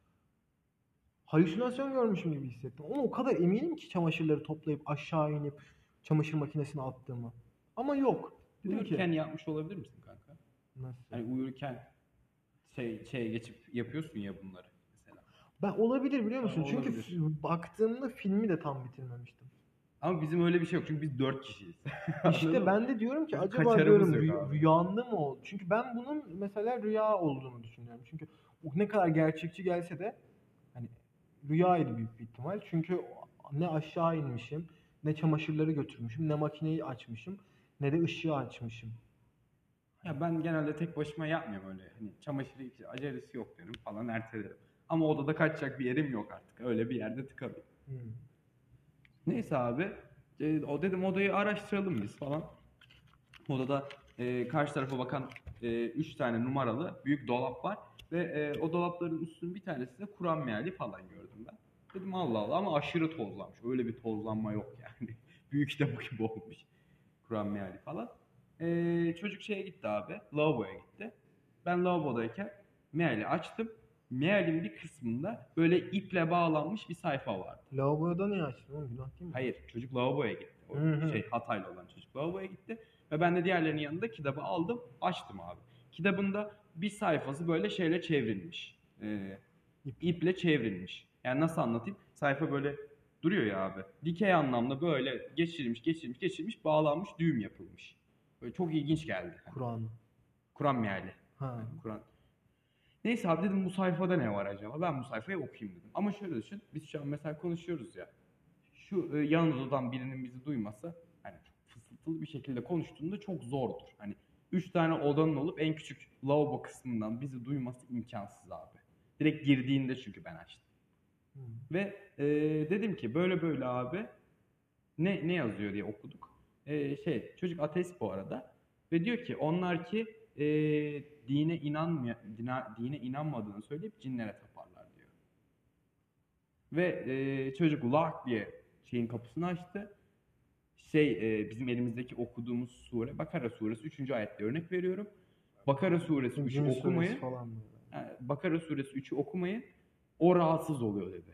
Speaker 1: Halüsinasyon görmüşüm gibi hissettim. Ama o kadar eminim ki çamaşırları toplayıp aşağı inip çamaşır makinesine attığımı. Ama yok. Dedim
Speaker 2: Uyurken
Speaker 1: ki
Speaker 2: yapmış olabilir misin kanka?
Speaker 1: nasıl?
Speaker 2: Hani uyurken şey şeye geçip yapıyorsun ya bunları mesela.
Speaker 1: Ben olabilir biliyor musun?
Speaker 2: Ha,
Speaker 1: Çünkü
Speaker 2: olabilir.
Speaker 1: f- baktığımda filmi de tam bitirmemiştim.
Speaker 2: Ama bizim öyle bir şey yok çünkü biz dört kişiyiz.
Speaker 1: İşte
Speaker 2: Anladın mı?
Speaker 1: ben de diyorum ki
Speaker 2: Bizim
Speaker 1: acaba
Speaker 2: kaçarımız
Speaker 1: diyorum
Speaker 2: yok
Speaker 1: rü-
Speaker 2: abi.
Speaker 1: rüyamda mı oldu? Çünkü ben bunun mesela rüya olduğunu düşünüyorum. Çünkü o ne kadar gerçekçi gelse de hani rüyaydı büyük bir ihtimal. Çünkü ne aşağı inmişim, ne çamaşırları götürmüşüm, ne makineyi açmışım, ne de ışığı açmışım.
Speaker 2: Ya ben genelde tek başıma yapmıyorum öyle. Hani çamaşır yıkayacak acelesi yok diyorum falan ertelerim. Ama odada kaçacak bir yerim yok artık. Öyle bir yerde tıkalıyım.
Speaker 1: Hmm.
Speaker 2: Neyse abi. E, o dedim odayı araştıralım biz falan. Odada e, karşı tarafa bakan e, üç tane numaralı büyük dolap var. Ve e, o dolapların üstünün bir tanesinde Kur'an meali falan gördüm ben. Dedim Allah Allah ama aşırı tozlanmış. Öyle bir tozlanma yok yani. Büyük kitabı gibi olmuş. Kur'an meali falan. Ee, çocuk şeye gitti abi. Lavaboya gitti. Ben lavabodayken meali açtım. Mealin bir kısmında böyle iple bağlanmış bir sayfa vardı.
Speaker 1: Lavaboya da niye açtın oğlum? Günah değil mi?
Speaker 2: Hayır, çocuk lavaboya gitti. O
Speaker 1: Hı hı.
Speaker 2: şey Hataylı olan çocuk lavaboya gitti. Ve ben de diğerlerinin yanında kitabı aldım, açtım abi. Kitabında bir sayfası böyle şeyle çevrilmiş. Ee,
Speaker 1: İp.
Speaker 2: iple çevrilmiş. Yani nasıl anlatayım? Sayfa böyle duruyor ya abi. Dikey anlamda böyle geçirilmiş, geçirilmiş, geçirilmiş, bağlanmış, düğüm yapılmış. Böyle çok ilginç geldi.
Speaker 1: Kur'an.
Speaker 2: Kur'an meali.
Speaker 1: Ha.
Speaker 2: Yani Kur'an. Neyse abi dedim bu sayfada ne var acaba? Ben bu sayfayı okuyayım dedim. Ama şöyle düşün. Biz şu an mesela konuşuyoruz ya. Şu e, yan odadan birinin bizi duyması hani çok fısıltılı bir şekilde konuştuğunda çok zordur. Hani üç tane odanın olup en küçük lavabo kısmından bizi duyması imkansız abi. Direkt girdiğinde çünkü ben açtım.
Speaker 1: Hı.
Speaker 2: Ve e, dedim ki böyle böyle abi ne ne yazıyor diye okuduk. E, şey çocuk ateist bu arada ve diyor ki onlar ki e, dine inanmıyor dine, dine inanmadığını söyleyip cinlere taparlar diyor. Ve e, çocuk lak diye şeyin kapısını açtı. Şey e, bizim elimizdeki okuduğumuz sure Bakara suresi üçüncü ayette örnek veriyorum. Bakara suresi üçü
Speaker 1: Cin suresi
Speaker 2: okumayın.
Speaker 1: falan böyle.
Speaker 2: Yani Bakara suresi üçü okumayın. O rahatsız oluyor dedi.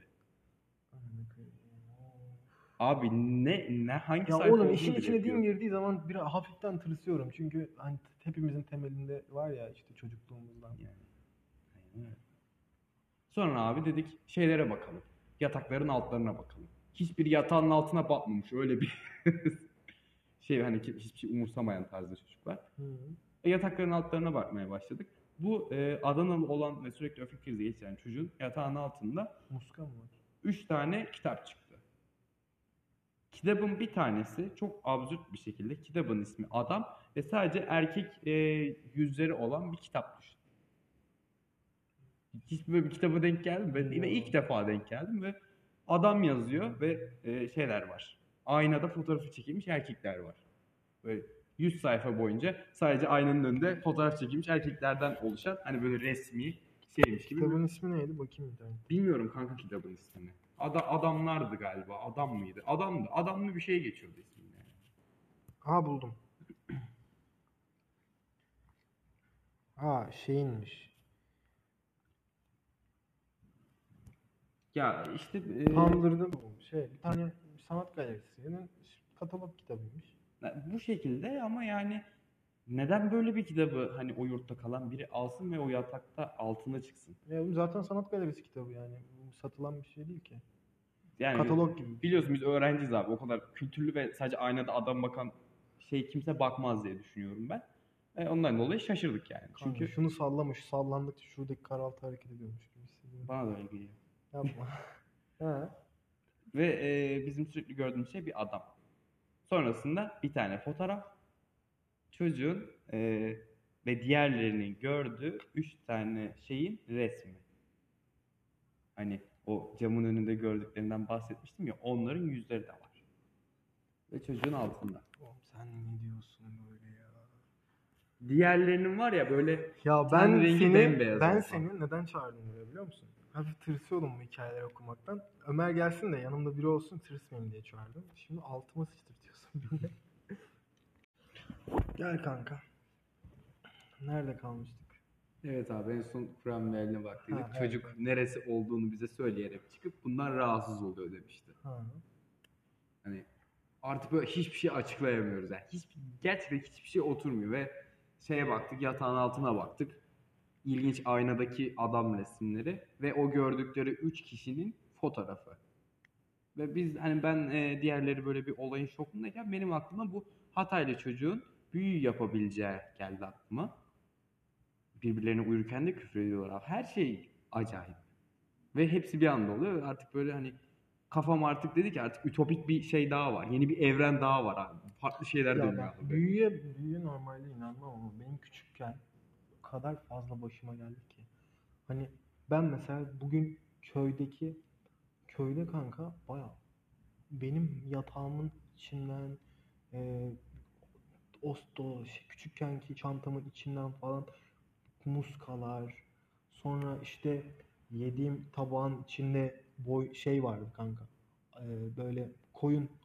Speaker 2: Abi ne ne hangi
Speaker 1: Ya
Speaker 2: sayfa
Speaker 1: oğlum
Speaker 2: olduğunu
Speaker 1: işin içine din
Speaker 2: belirtiyor.
Speaker 1: girdiği zaman bir hafiften tırsıyorum. Çünkü hani hepimizin temelinde var ya işte çocukluğumuzdan.
Speaker 2: Yani, aynen öyle. Sonra abi dedik şeylere bakalım. Yatakların altlarına bakalım. Hiçbir yatağın altına batmamış öyle bir şey hani ki- hiçbir şey umursamayan tarzda çocuklar.
Speaker 1: Hı.
Speaker 2: E, yatakların altlarına bakmaya başladık. Bu e, Adanalı olan ve sürekli öfke krizi geçiren çocuğun yatağının altında
Speaker 1: Muska mı var?
Speaker 2: üç tane kitap çıktı. Kitabın bir tanesi çok absürt bir şekilde kitabın ismi Adam ve sadece erkek e, yüzleri olan bir kitap düşün. Hiç böyle bir kitaba denk geldim ve, ve ilk defa denk geldim ve adam yazıyor ve e, şeyler var. Aynada fotoğrafı çekilmiş erkekler var. Böyle yüz sayfa boyunca sadece aynanın önünde fotoğraf çekilmiş erkeklerden oluşan hani böyle resmi şeymiş gibi.
Speaker 1: Kitabın ismi neydi? Bakayım internette.
Speaker 2: Bilmiyorum kanka kitabın ismini. Ada, adamlardı galiba. Adam mıydı? Adamdı. Adamlı bir şey geçiyordu isminde. Yani.
Speaker 1: Aa buldum. Aa şeyinmiş.
Speaker 2: Ya işte e,
Speaker 1: Tandırdım. Şey bir tane sanat galerisinin katalog kitabıymış.
Speaker 2: bu şekilde ama yani neden böyle bir kitabı hani o yurtta kalan biri alsın ve o yatakta altına çıksın?
Speaker 1: Ya bu zaten sanat galerisi kitabı yani. Bu satılan bir şey değil ki.
Speaker 2: Yani
Speaker 1: Katalog gibi bir şey.
Speaker 2: biliyorsun biz öğrenciyiz abi. O kadar kültürlü ve sadece aynada adam bakan şey kimse bakmaz diye düşünüyorum ben. E, ondan dolayı şaşırdık yani.
Speaker 1: Kanka,
Speaker 2: Çünkü
Speaker 1: şunu sallamış, sallandıkça şuradaki karaltı hareket ediyormuş gibi hissediyorum.
Speaker 2: bana da öyle geliyor.
Speaker 1: Yapma. Ha.
Speaker 2: Ve e, bizim sürekli gördüğümüz şey bir adam. Sonrasında bir tane fotoğraf. Çocuğun e, ve diğerlerinin gördüğü üç tane şeyin resmi. Hani o camın önünde gördüklerinden bahsetmiştim ya onların yüzleri de var. Ve çocuğun altında.
Speaker 1: Oğlum sen ne diyorsun böyle ya?
Speaker 2: Diğerlerinin var ya böyle
Speaker 1: Ya
Speaker 2: ten
Speaker 1: ben
Speaker 2: rengi
Speaker 1: seni
Speaker 2: bembeyaz
Speaker 1: ben
Speaker 2: olsa.
Speaker 1: seni neden çağırdım buraya biliyor musun? Hafif tırsıyordum bu hikayeleri okumaktan. Ömer gelsin de yanımda biri olsun tırsmayayım diye çağırdım. Şimdi altıma sıçtırtıyorsun beni. Gel kanka. Nerede kalmıştık?
Speaker 2: Evet abi en son Kur'an mealine baktıydık.
Speaker 1: Ha,
Speaker 2: Çocuk
Speaker 1: evet.
Speaker 2: neresi olduğunu bize söyleyerek çıkıp bundan rahatsız oluyor demişti.
Speaker 1: Ha.
Speaker 2: Hani artık böyle hiçbir şey açıklayamıyoruz yani. Hiç, gerçekten hiçbir şey oturmuyor ve şeye baktık yatağın altına baktık. İlginç aynadaki adam resimleri ve o gördükleri üç kişinin fotoğrafı. Ve biz hani ben e, diğerleri böyle bir olayın şokundayken benim aklıma bu Hataylı çocuğun büyü yapabileceği geldi aklıma. Birbirlerine uyurken de küfür ediyorlar abi. Her şey acayip. Ve hepsi bir anda oluyor. Artık böyle hani kafam artık dedi ki artık ütopik bir şey daha var. Yeni bir evren daha var abi. Farklı şeyler
Speaker 1: Ya
Speaker 2: dönüyor
Speaker 1: bak
Speaker 2: abi.
Speaker 1: büyüye, büyüye normalde inanmam ama benim küçükken o kadar fazla başıma geldi ki. Hani ben mesela bugün köydeki köyde kanka baya benim yatağımın içinden e, osto şey, küçükkenki çantamın içinden falan muskalar sonra işte yediğim tabağın içinde boy şey vardı kanka. E, böyle koyun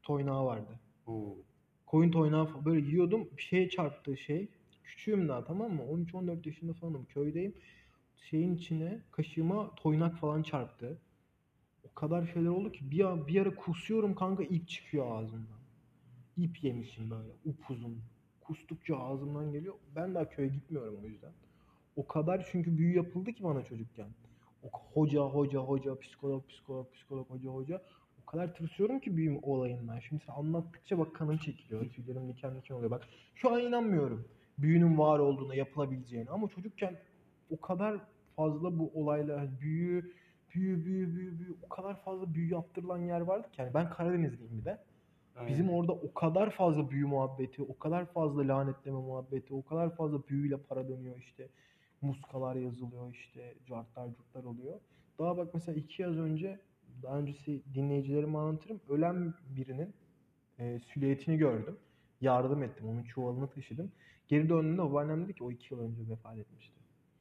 Speaker 1: toynağı vardı.
Speaker 2: Oo.
Speaker 1: Koyun toynağı fa- böyle yiyordum. Bir şeye çarptı şey. Küçüğüm daha, tamam mı? on üç on dört yaşında falanım. Köydeyim. Şeyin içine, kaşığıma toynak falan çarptı. O kadar şeyler oldu ki bir, a- bir ara kusuyorum kanka, ip çıkıyor ağzımdan. İp yemişim böyle upuzun. Kustukça ağzımdan geliyor. Ben daha köye gitmiyorum o yüzden. O kadar çünkü büyü yapıldı ki bana çocukken. O hoca hoca hoca, psikolog psikolog psikolog, hoca hoca. O kadar tırsıyorum ki büyü olayından. Şimdi sen anlattıkça bak kanım çekiliyor. Tüylerim diken diken oluyor. Bak şu an inanmıyorum büyünün var olduğuna, yapılabileceğine. Ama çocukken o kadar fazla bu olayla hani büyü büyü büyü büyü büyü, o kadar fazla büyü yaptırılan yer vardı ki. Yani ben Karadenizliyim bir de. Bizim
Speaker 2: Aynen.
Speaker 1: orada o kadar fazla büyü muhabbeti, o kadar fazla lanetleme muhabbeti, o kadar fazla büyüyle para dönüyor işte. Muskalar yazılıyor işte, cartlar curtlar oluyor. Daha bak mesela iki yaz önce, daha öncesi dinleyicilerime anlatırım. Ölen birinin e, silüetini gördüm. Yardım ettim, onun çuvalını taşıdım. Geri döndüğümde babaannem dedi ki o iki yıl önce vefat etmişti.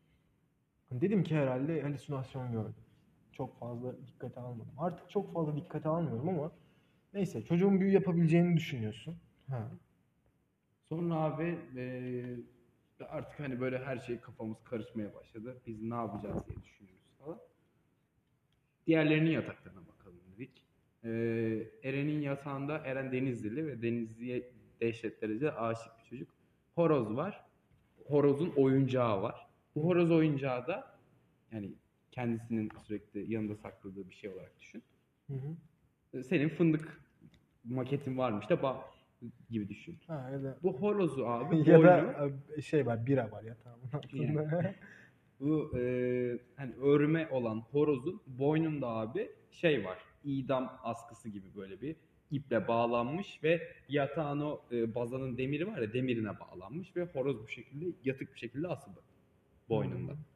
Speaker 1: Dedim ki herhalde halüsinasyon gördüm. Çok fazla dikkate almadım. Artık çok fazla dikkate almıyorum ama neyse, çocuğun büyü yapabileceğini düşünüyorsun. Ha.
Speaker 2: Sonra abi eee, artık hani böyle her şey kafamız karışmaya başladı. Biz ne yapacağız diye düşünüyoruz falan. Diğerlerinin yataklarına bakalım dedik. Eee, Eren'in yatağında, Eren Denizlili ve Denizli'ye dehşet derecede aşık bir çocuk. Horoz var. Horozun oyuncağı var. Bu horoz oyuncağı da yani kendisinin sürekli yanında sakladığı bir şey olarak düşün.
Speaker 1: Hı hı.
Speaker 2: Ee, Senin fındık maketin varmış da ba gibi düşün.
Speaker 1: Ha, ya da
Speaker 2: Bu horozu abi
Speaker 1: ya
Speaker 2: boynu
Speaker 1: da e, şey var, bira var yatağımın
Speaker 2: yani
Speaker 1: altında.
Speaker 2: bu e, hani örme olan horozun boynunda abi şey var. İdam askısı gibi böyle bir iple bağlanmış ve yatağın o e, bazanın demiri var ya, demirine bağlanmış ve horoz bu şekilde yatık bir şekilde asılı boynunda.
Speaker 1: Hmm.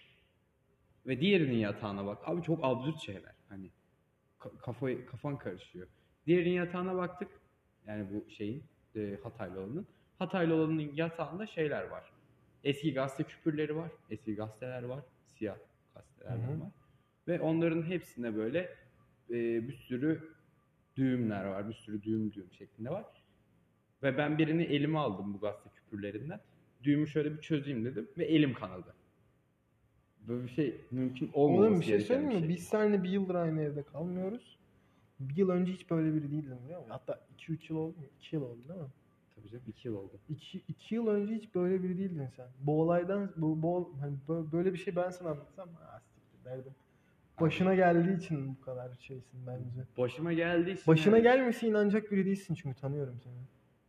Speaker 2: Ve diğerinin yatağına bak. Abi çok absürt şeyler. Hani ka- kafayı kafan karışıyor. Diğerinin yatağına baktık. Yani bu şeyin e, Hataylı olanın. Hataylı olanın yatağında şeyler var. Eski gazete küpürleri var. Eski gazeteler var. Siyah
Speaker 1: Hı hı.
Speaker 2: gazetelerden var. Ve onların hepsinde böyle e, bir sürü düğümler var. Bir sürü düğüm düğüm şeklinde var. Ve ben birini elime aldım bu gazete küpürlerinden. Düğümü şöyle bir çözeyim dedim ve elim kanadı. Böyle bir şey mümkün
Speaker 1: Oğlum bir
Speaker 2: olmaması
Speaker 1: şey
Speaker 2: gereken bir
Speaker 1: söyleyeyim mi?
Speaker 2: şey.
Speaker 1: Biz seninle bir yıldır aynı evde kalmıyoruz. Bir yıl önce hiç böyle biri değildin, biliyor musun? Hatta iki üç yıl oldu mu? iki yıl oldu değil mi?
Speaker 2: Tabii canım, iki yıl oldu.
Speaker 1: iki iki yıl önce hiç böyle biri değildin sen. Bu olaydan, bu, bu hani bö- böyle bir şey ben sana anlatsam, ha siktir derdim.
Speaker 2: Abi
Speaker 1: Başına geldiği için bu kadar şeysin bence.
Speaker 2: başıma geldiği için
Speaker 1: Başına
Speaker 2: evet.
Speaker 1: gelmesi inanacak biri değilsin çünkü tanıyorum seni.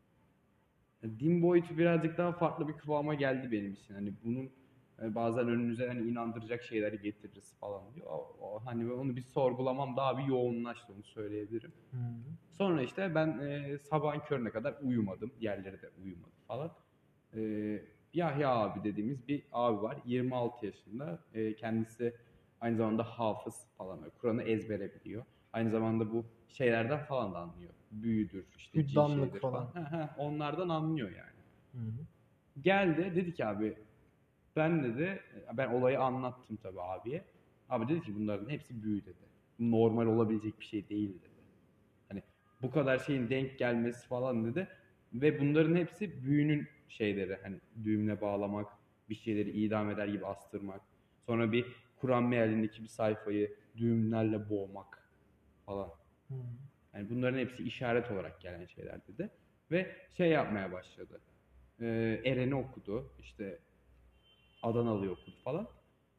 Speaker 2: Din boyutu birazcık daha farklı bir kıvama geldi benim için. Hani bunun e, bazen önünüze hani inandıracak şeyleri getiririz falan diyor. O, o- hani onu bir sorgulamam daha bir yoğunlaştı, onu söyleyebilirim.
Speaker 1: Hı.
Speaker 2: Sonra işte ben e, sabahın körüne kadar uyumadım. Diğerleri de uyumadı falan. E, Yahya abi dediğimiz bir abi var. yirmi altı yaşında. E, kendisi aynı zamanda hafız falan. Böyle Kur'an'ı ezbere biliyor. Aynı zamanda bu şeylerden falan da anlıyor. Büyüdür, işte cin
Speaker 1: Hüddamlık
Speaker 2: şeyidir falan.
Speaker 1: falan.
Speaker 2: Heh, heh, onlardan anlıyor yani.
Speaker 1: Hı hı.
Speaker 2: Geldi dedi ki abi, ben dedi, ben olayı anlattım tabii abiye. Abi dedi ki bunların hepsi büyü dedi. Normal olabilecek bir şey değil dedi. Hani bu kadar şeyin denk gelmesi falan dedi. Ve bunların hepsi büyünün şeyleri. Hani düğümle bağlamak, bir şeyleri idam eder gibi astırmak. Sonra bir Kur'an mealindeki bir sayfayı düğümlerle boğmak falan.
Speaker 1: Hı.
Speaker 2: Yani bunların hepsi işaret olarak gelen şeyler dedi. Ve şey yapmaya başladı. Ee, Eren'i okudu. İşte Adanalı'yı okudu falan.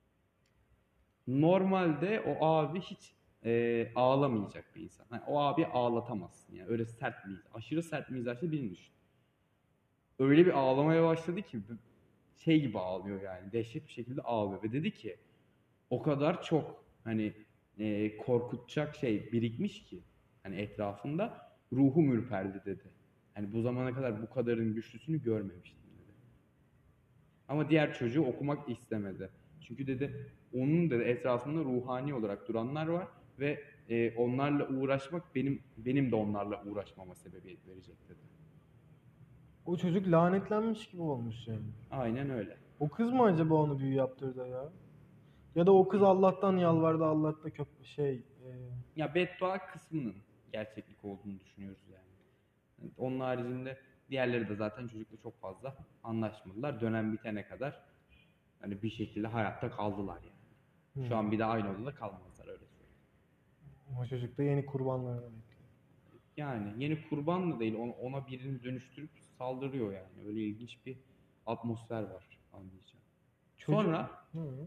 Speaker 2: Normalde o abi hiç e, ağlamayacak bir insan. Hani o abi ağlatamazsın yani. Öyle sert bir insan. Aşırı bir mizaçlı birini düşün. Öyle bir ağlamaya başladı ki şey gibi ağlıyor yani. Dehşet bir şekilde ağlıyor. Ve dedi ki o kadar çok hani e, korkutacak şey birikmiş ki hani etrafında, ruhum ürperdi dedi. Hani bu zamana kadar bu kadarın güçlüsünü görmemiştim dedi. Ama diğer çocuğu okumak istemedi. Çünkü dedi onun dedi etrafında ruhani olarak duranlar var ve e, onlarla uğraşmak benim benim de onlarla uğraşmama sebebiyet verecek dedi.
Speaker 1: O çocuk lanetlenmiş gibi olmuş yani.
Speaker 2: Aynen öyle.
Speaker 1: O kız mı acaba onu büyü yaptırdı ya? Ya da o kız Allah'tan yalvardı, Allah da köp şey e,
Speaker 2: Ya beddua kısmının gerçeklik olduğunu düşünüyoruz yani. Yani onun haricinde diğerleri de zaten çocukla çok fazla anlaşmadılar. Dönem bitene kadar hani bir şekilde hayatta kaldılar yani. Şu
Speaker 1: Hmm.
Speaker 2: an bir de aynı odada kalmazlar, öyle söyleyeyim.
Speaker 1: O çocuk da yeni kurbanlarını bekliyor.
Speaker 2: Yani yeni kurban da değil, ona, ona birini dönüştürüp saldırıyor yani. Öyle ilginç bir atmosfer var, anlayacağım.
Speaker 1: Çocuk...
Speaker 2: Sonra
Speaker 1: Hı.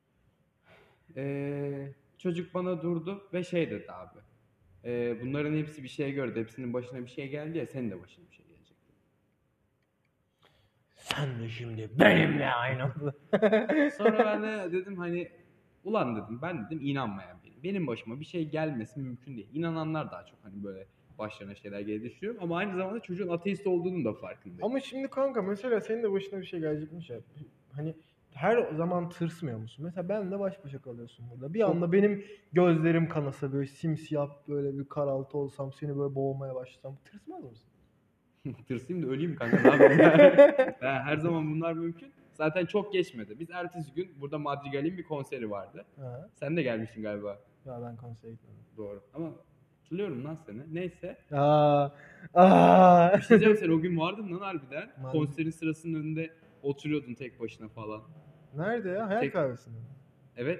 Speaker 2: eee, çocuk bana durdu ve şey dedi abi. Eee, bunların hepsi bir şeye gördü. Hepsinin başına bir şey geldi ya, senin de başına bir şey gelecek.
Speaker 1: Sen de şimdi benimle aynı anda.
Speaker 2: Sonra ben de dedim hani ulan dedim, ben dedim inanmayan biriyim. Benim başıma bir şey gelmesi mümkün değil. İnananlar daha çok hani böyle başlarına şeyler gelir düşünüyorum. Ama aynı zamanda çocuğun ateist olduğunun da farkındayım.
Speaker 1: Ama şimdi kanka mesela senin de başına bir şey gelecekmiş ya. Hani her zaman tırsmıyor musun? Mesela benimle baş başa kalıyorsun burada. Bir
Speaker 2: Çok-
Speaker 1: anda benim gözlerim kanasa böyle simsiyah böyle bir karaltı olsam seni böyle boğmaya başlasam tırsmaz mısın?
Speaker 2: Tırsayım da öleyim kanka. Ne yapayım yani? Ha, her zaman bunlar mümkün. Zaten çok geçmedi. Biz ertesi gün burada Madrigal'in bir konseri vardı.
Speaker 1: Ha.
Speaker 2: Sen de gelmiştin galiba.
Speaker 1: Ya ben konsere gitmedim.
Speaker 2: Doğru. Ama hatırlıyorum lan seni. Neyse.
Speaker 1: Aa, aa.
Speaker 2: Bir şey diyeceğim, sen o gün vardın lan harbiden.
Speaker 1: Vardım.
Speaker 2: Konserin sırasının önünde oturuyordun tek başına falan.
Speaker 1: Nerede ya? Hayal
Speaker 2: Tek-
Speaker 1: kahvesinde.
Speaker 2: Evet.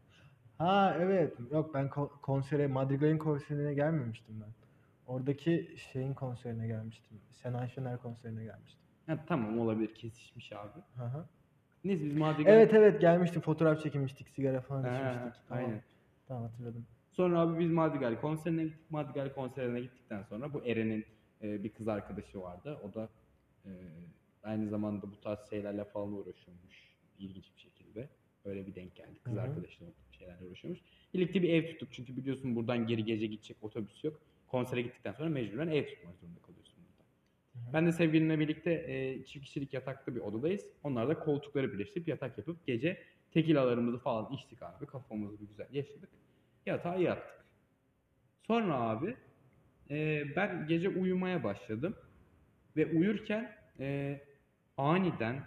Speaker 1: Ha evet. Yok ben ko- konsere, Madrigal'in konserine gelmemiştim ben. Oradaki şeyin konserine gelmiştim. Senay Şener konserine gelmiştim.
Speaker 2: Ha, tamam, olabilir. Kesişmiş abi.
Speaker 1: Hı hı.
Speaker 2: Neyse biz Madrigal...
Speaker 1: Evet evet gelmiştim. Fotoğraf çekinmiştik. Sigara falan
Speaker 2: Ha,
Speaker 1: içmiştik. Tamam.
Speaker 2: aynen.
Speaker 1: Tamam hatırladım.
Speaker 2: Sonra abi biz Madrigal konserine gittik. Madrigal konserine gittikten sonra bu Eren'in e, bir kız arkadaşı vardı. O da e, aynı zamanda bu tarz şeylerle falan uğraşıyormuş. İlginç bir şekilde. Öyle bir denk geldi. Kız
Speaker 1: Hı hı.
Speaker 2: arkadaşıyla bu şeylerle uğraşıyormuş. Birlikte bir ev tuttuk. Çünkü biliyorsun buradan geri gece gidecek otobüs yok. Konsere gittikten sonra mecburen ev tutmak zorunda kalıyorsun burada.
Speaker 1: Hı hı.
Speaker 2: Ben de sevgilimle birlikte e, çift kişilik yataklı bir odadayız. Onlar da koltukları birleştirip yatak yapıp gece tekilalarımızı falan içtik abi. Kafamızı bir güzel yaşadık. Yatağa yattık. Sonra abi e, ben gece uyumaya başladım. Ve uyurken e, aniden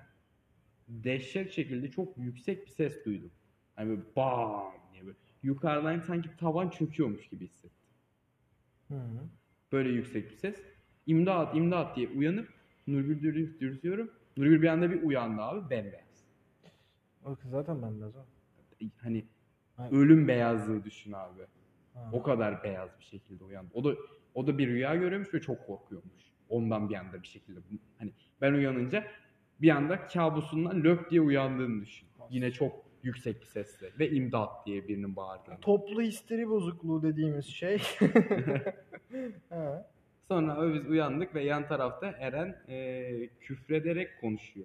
Speaker 2: dehşet şekilde çok yüksek bir ses duydum. Hani böyle bam diye böyle. Yukarıdan sanki tavan çöküyormuş gibi hissettim.
Speaker 1: Hı hı.
Speaker 2: Böyle yüksek bir ses. İmdat imdat diye uyanıp Nurgül dür- dürtüyorum. Nurgül bir anda bir uyandı abi, bembeyaz.
Speaker 1: O kız zaten bembeyaz o.
Speaker 2: Hani
Speaker 1: Hayır.
Speaker 2: ölüm beyazlığı düşün abi.
Speaker 1: Ha.
Speaker 2: O kadar beyaz bir şekilde uyandı. O da o da bir rüya görüyormuş ve çok korkuyormuş. Ondan bir anda bir şekilde hani ben uyanınca bir anda kabusundan lök diye uyandığını düşün. Yine çok yüksek bir sesle ve imdat diye birinin bağırdığını.
Speaker 1: Toplu histeri bozukluğu dediğimiz şey. Ha.
Speaker 2: Sonra biz uyandık ve yan tarafta Eren e, küfrederek konuşuyor.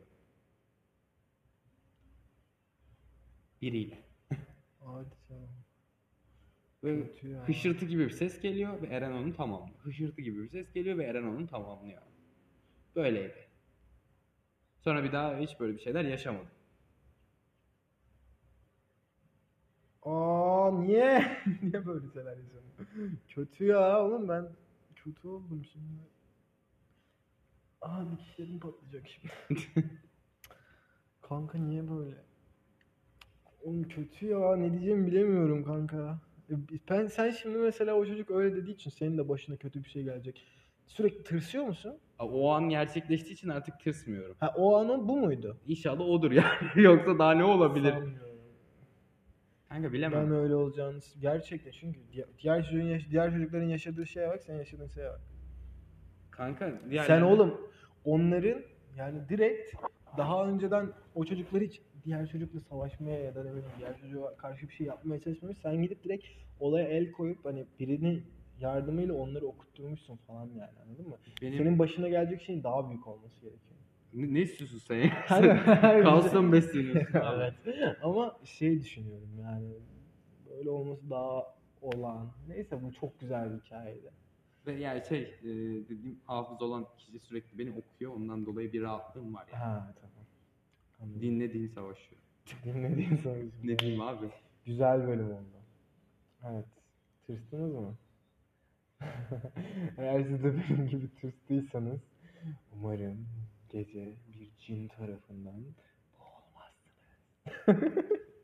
Speaker 2: Biriyle.
Speaker 1: Hadi canım.
Speaker 2: Ve
Speaker 1: Kötü ya.
Speaker 2: hışırtı gibi bir ses geliyor ve Eren onu tamamlıyor. Hışırtı gibi bir ses geliyor ve Eren onu tamamlıyor. Böyleydi. Sonra bir daha hiç böyle bir şeyler yaşamadım.
Speaker 1: Aa niye? Niye böyle şeyler yaşadın? Kötü ya oğlum ben kötü oldum şimdi. Aa dikişlerim patlayacak şimdi. Kanka niye böyle? Oğlum kötü ya ne diyeceğimi bilemiyorum kanka. E, Ben sen şimdi mesela o çocuk öyle dediği için senin de başına kötü bir şey gelecek. Sürekli tırsıyor musun?
Speaker 2: O an gerçekleştiği için artık tırsmıyorum.
Speaker 1: Ha o anın bu muydu?
Speaker 2: İnşallah odur yani. Yoksa daha ne olabilir?
Speaker 1: Sanmıyorum.
Speaker 2: Kanka
Speaker 1: Ben
Speaker 2: bilemem.
Speaker 1: öyle olacağını gerçekten çünkü di- diğer çocuğun yaş- diğer çocukların yaşadığı şeye bak sen yaşadığın şeye bak.
Speaker 2: Kanka
Speaker 1: Sen
Speaker 2: diğerlerine-
Speaker 1: oğlum onların yani direkt daha önceden o çocukları hiç diğer çocukla savaşmaya ya da ne bileyim diğer çocuğa karşı bir şey yapmaya çalışmamış. Sen gidip direkt olaya el koyup hani birinin yardımıyla onları okutturmuşsun falan yani anladın mı?
Speaker 2: Benim...
Speaker 1: Senin başına gelecek şeyin daha büyük olması gerekiyor.
Speaker 2: Ne, ne istiyorsun sen ya?
Speaker 1: Hayır,
Speaker 2: Kaosla mı besleniyorsun abi?
Speaker 1: Evet. Ama şey düşünüyorum yani böyle olması daha olağan. Neyse bu çok güzel bir hikayeydi.
Speaker 2: Ve yani şey e, dediğim hafız olan kişi sürekli beni okuyor. Ondan dolayı bir rahatlığım var yani.
Speaker 1: Ha tamam. Anladım.
Speaker 2: Dinle din savaşıyor.
Speaker 1: Dinlediğin sonra.
Speaker 2: Ne diyeyim abi?
Speaker 1: Güzel bölüm oldu. Evet. Tırstınız mı? Eğer siz de benim gibi tırstıysanız umarım gece bir cin tarafından boğulmazsınız.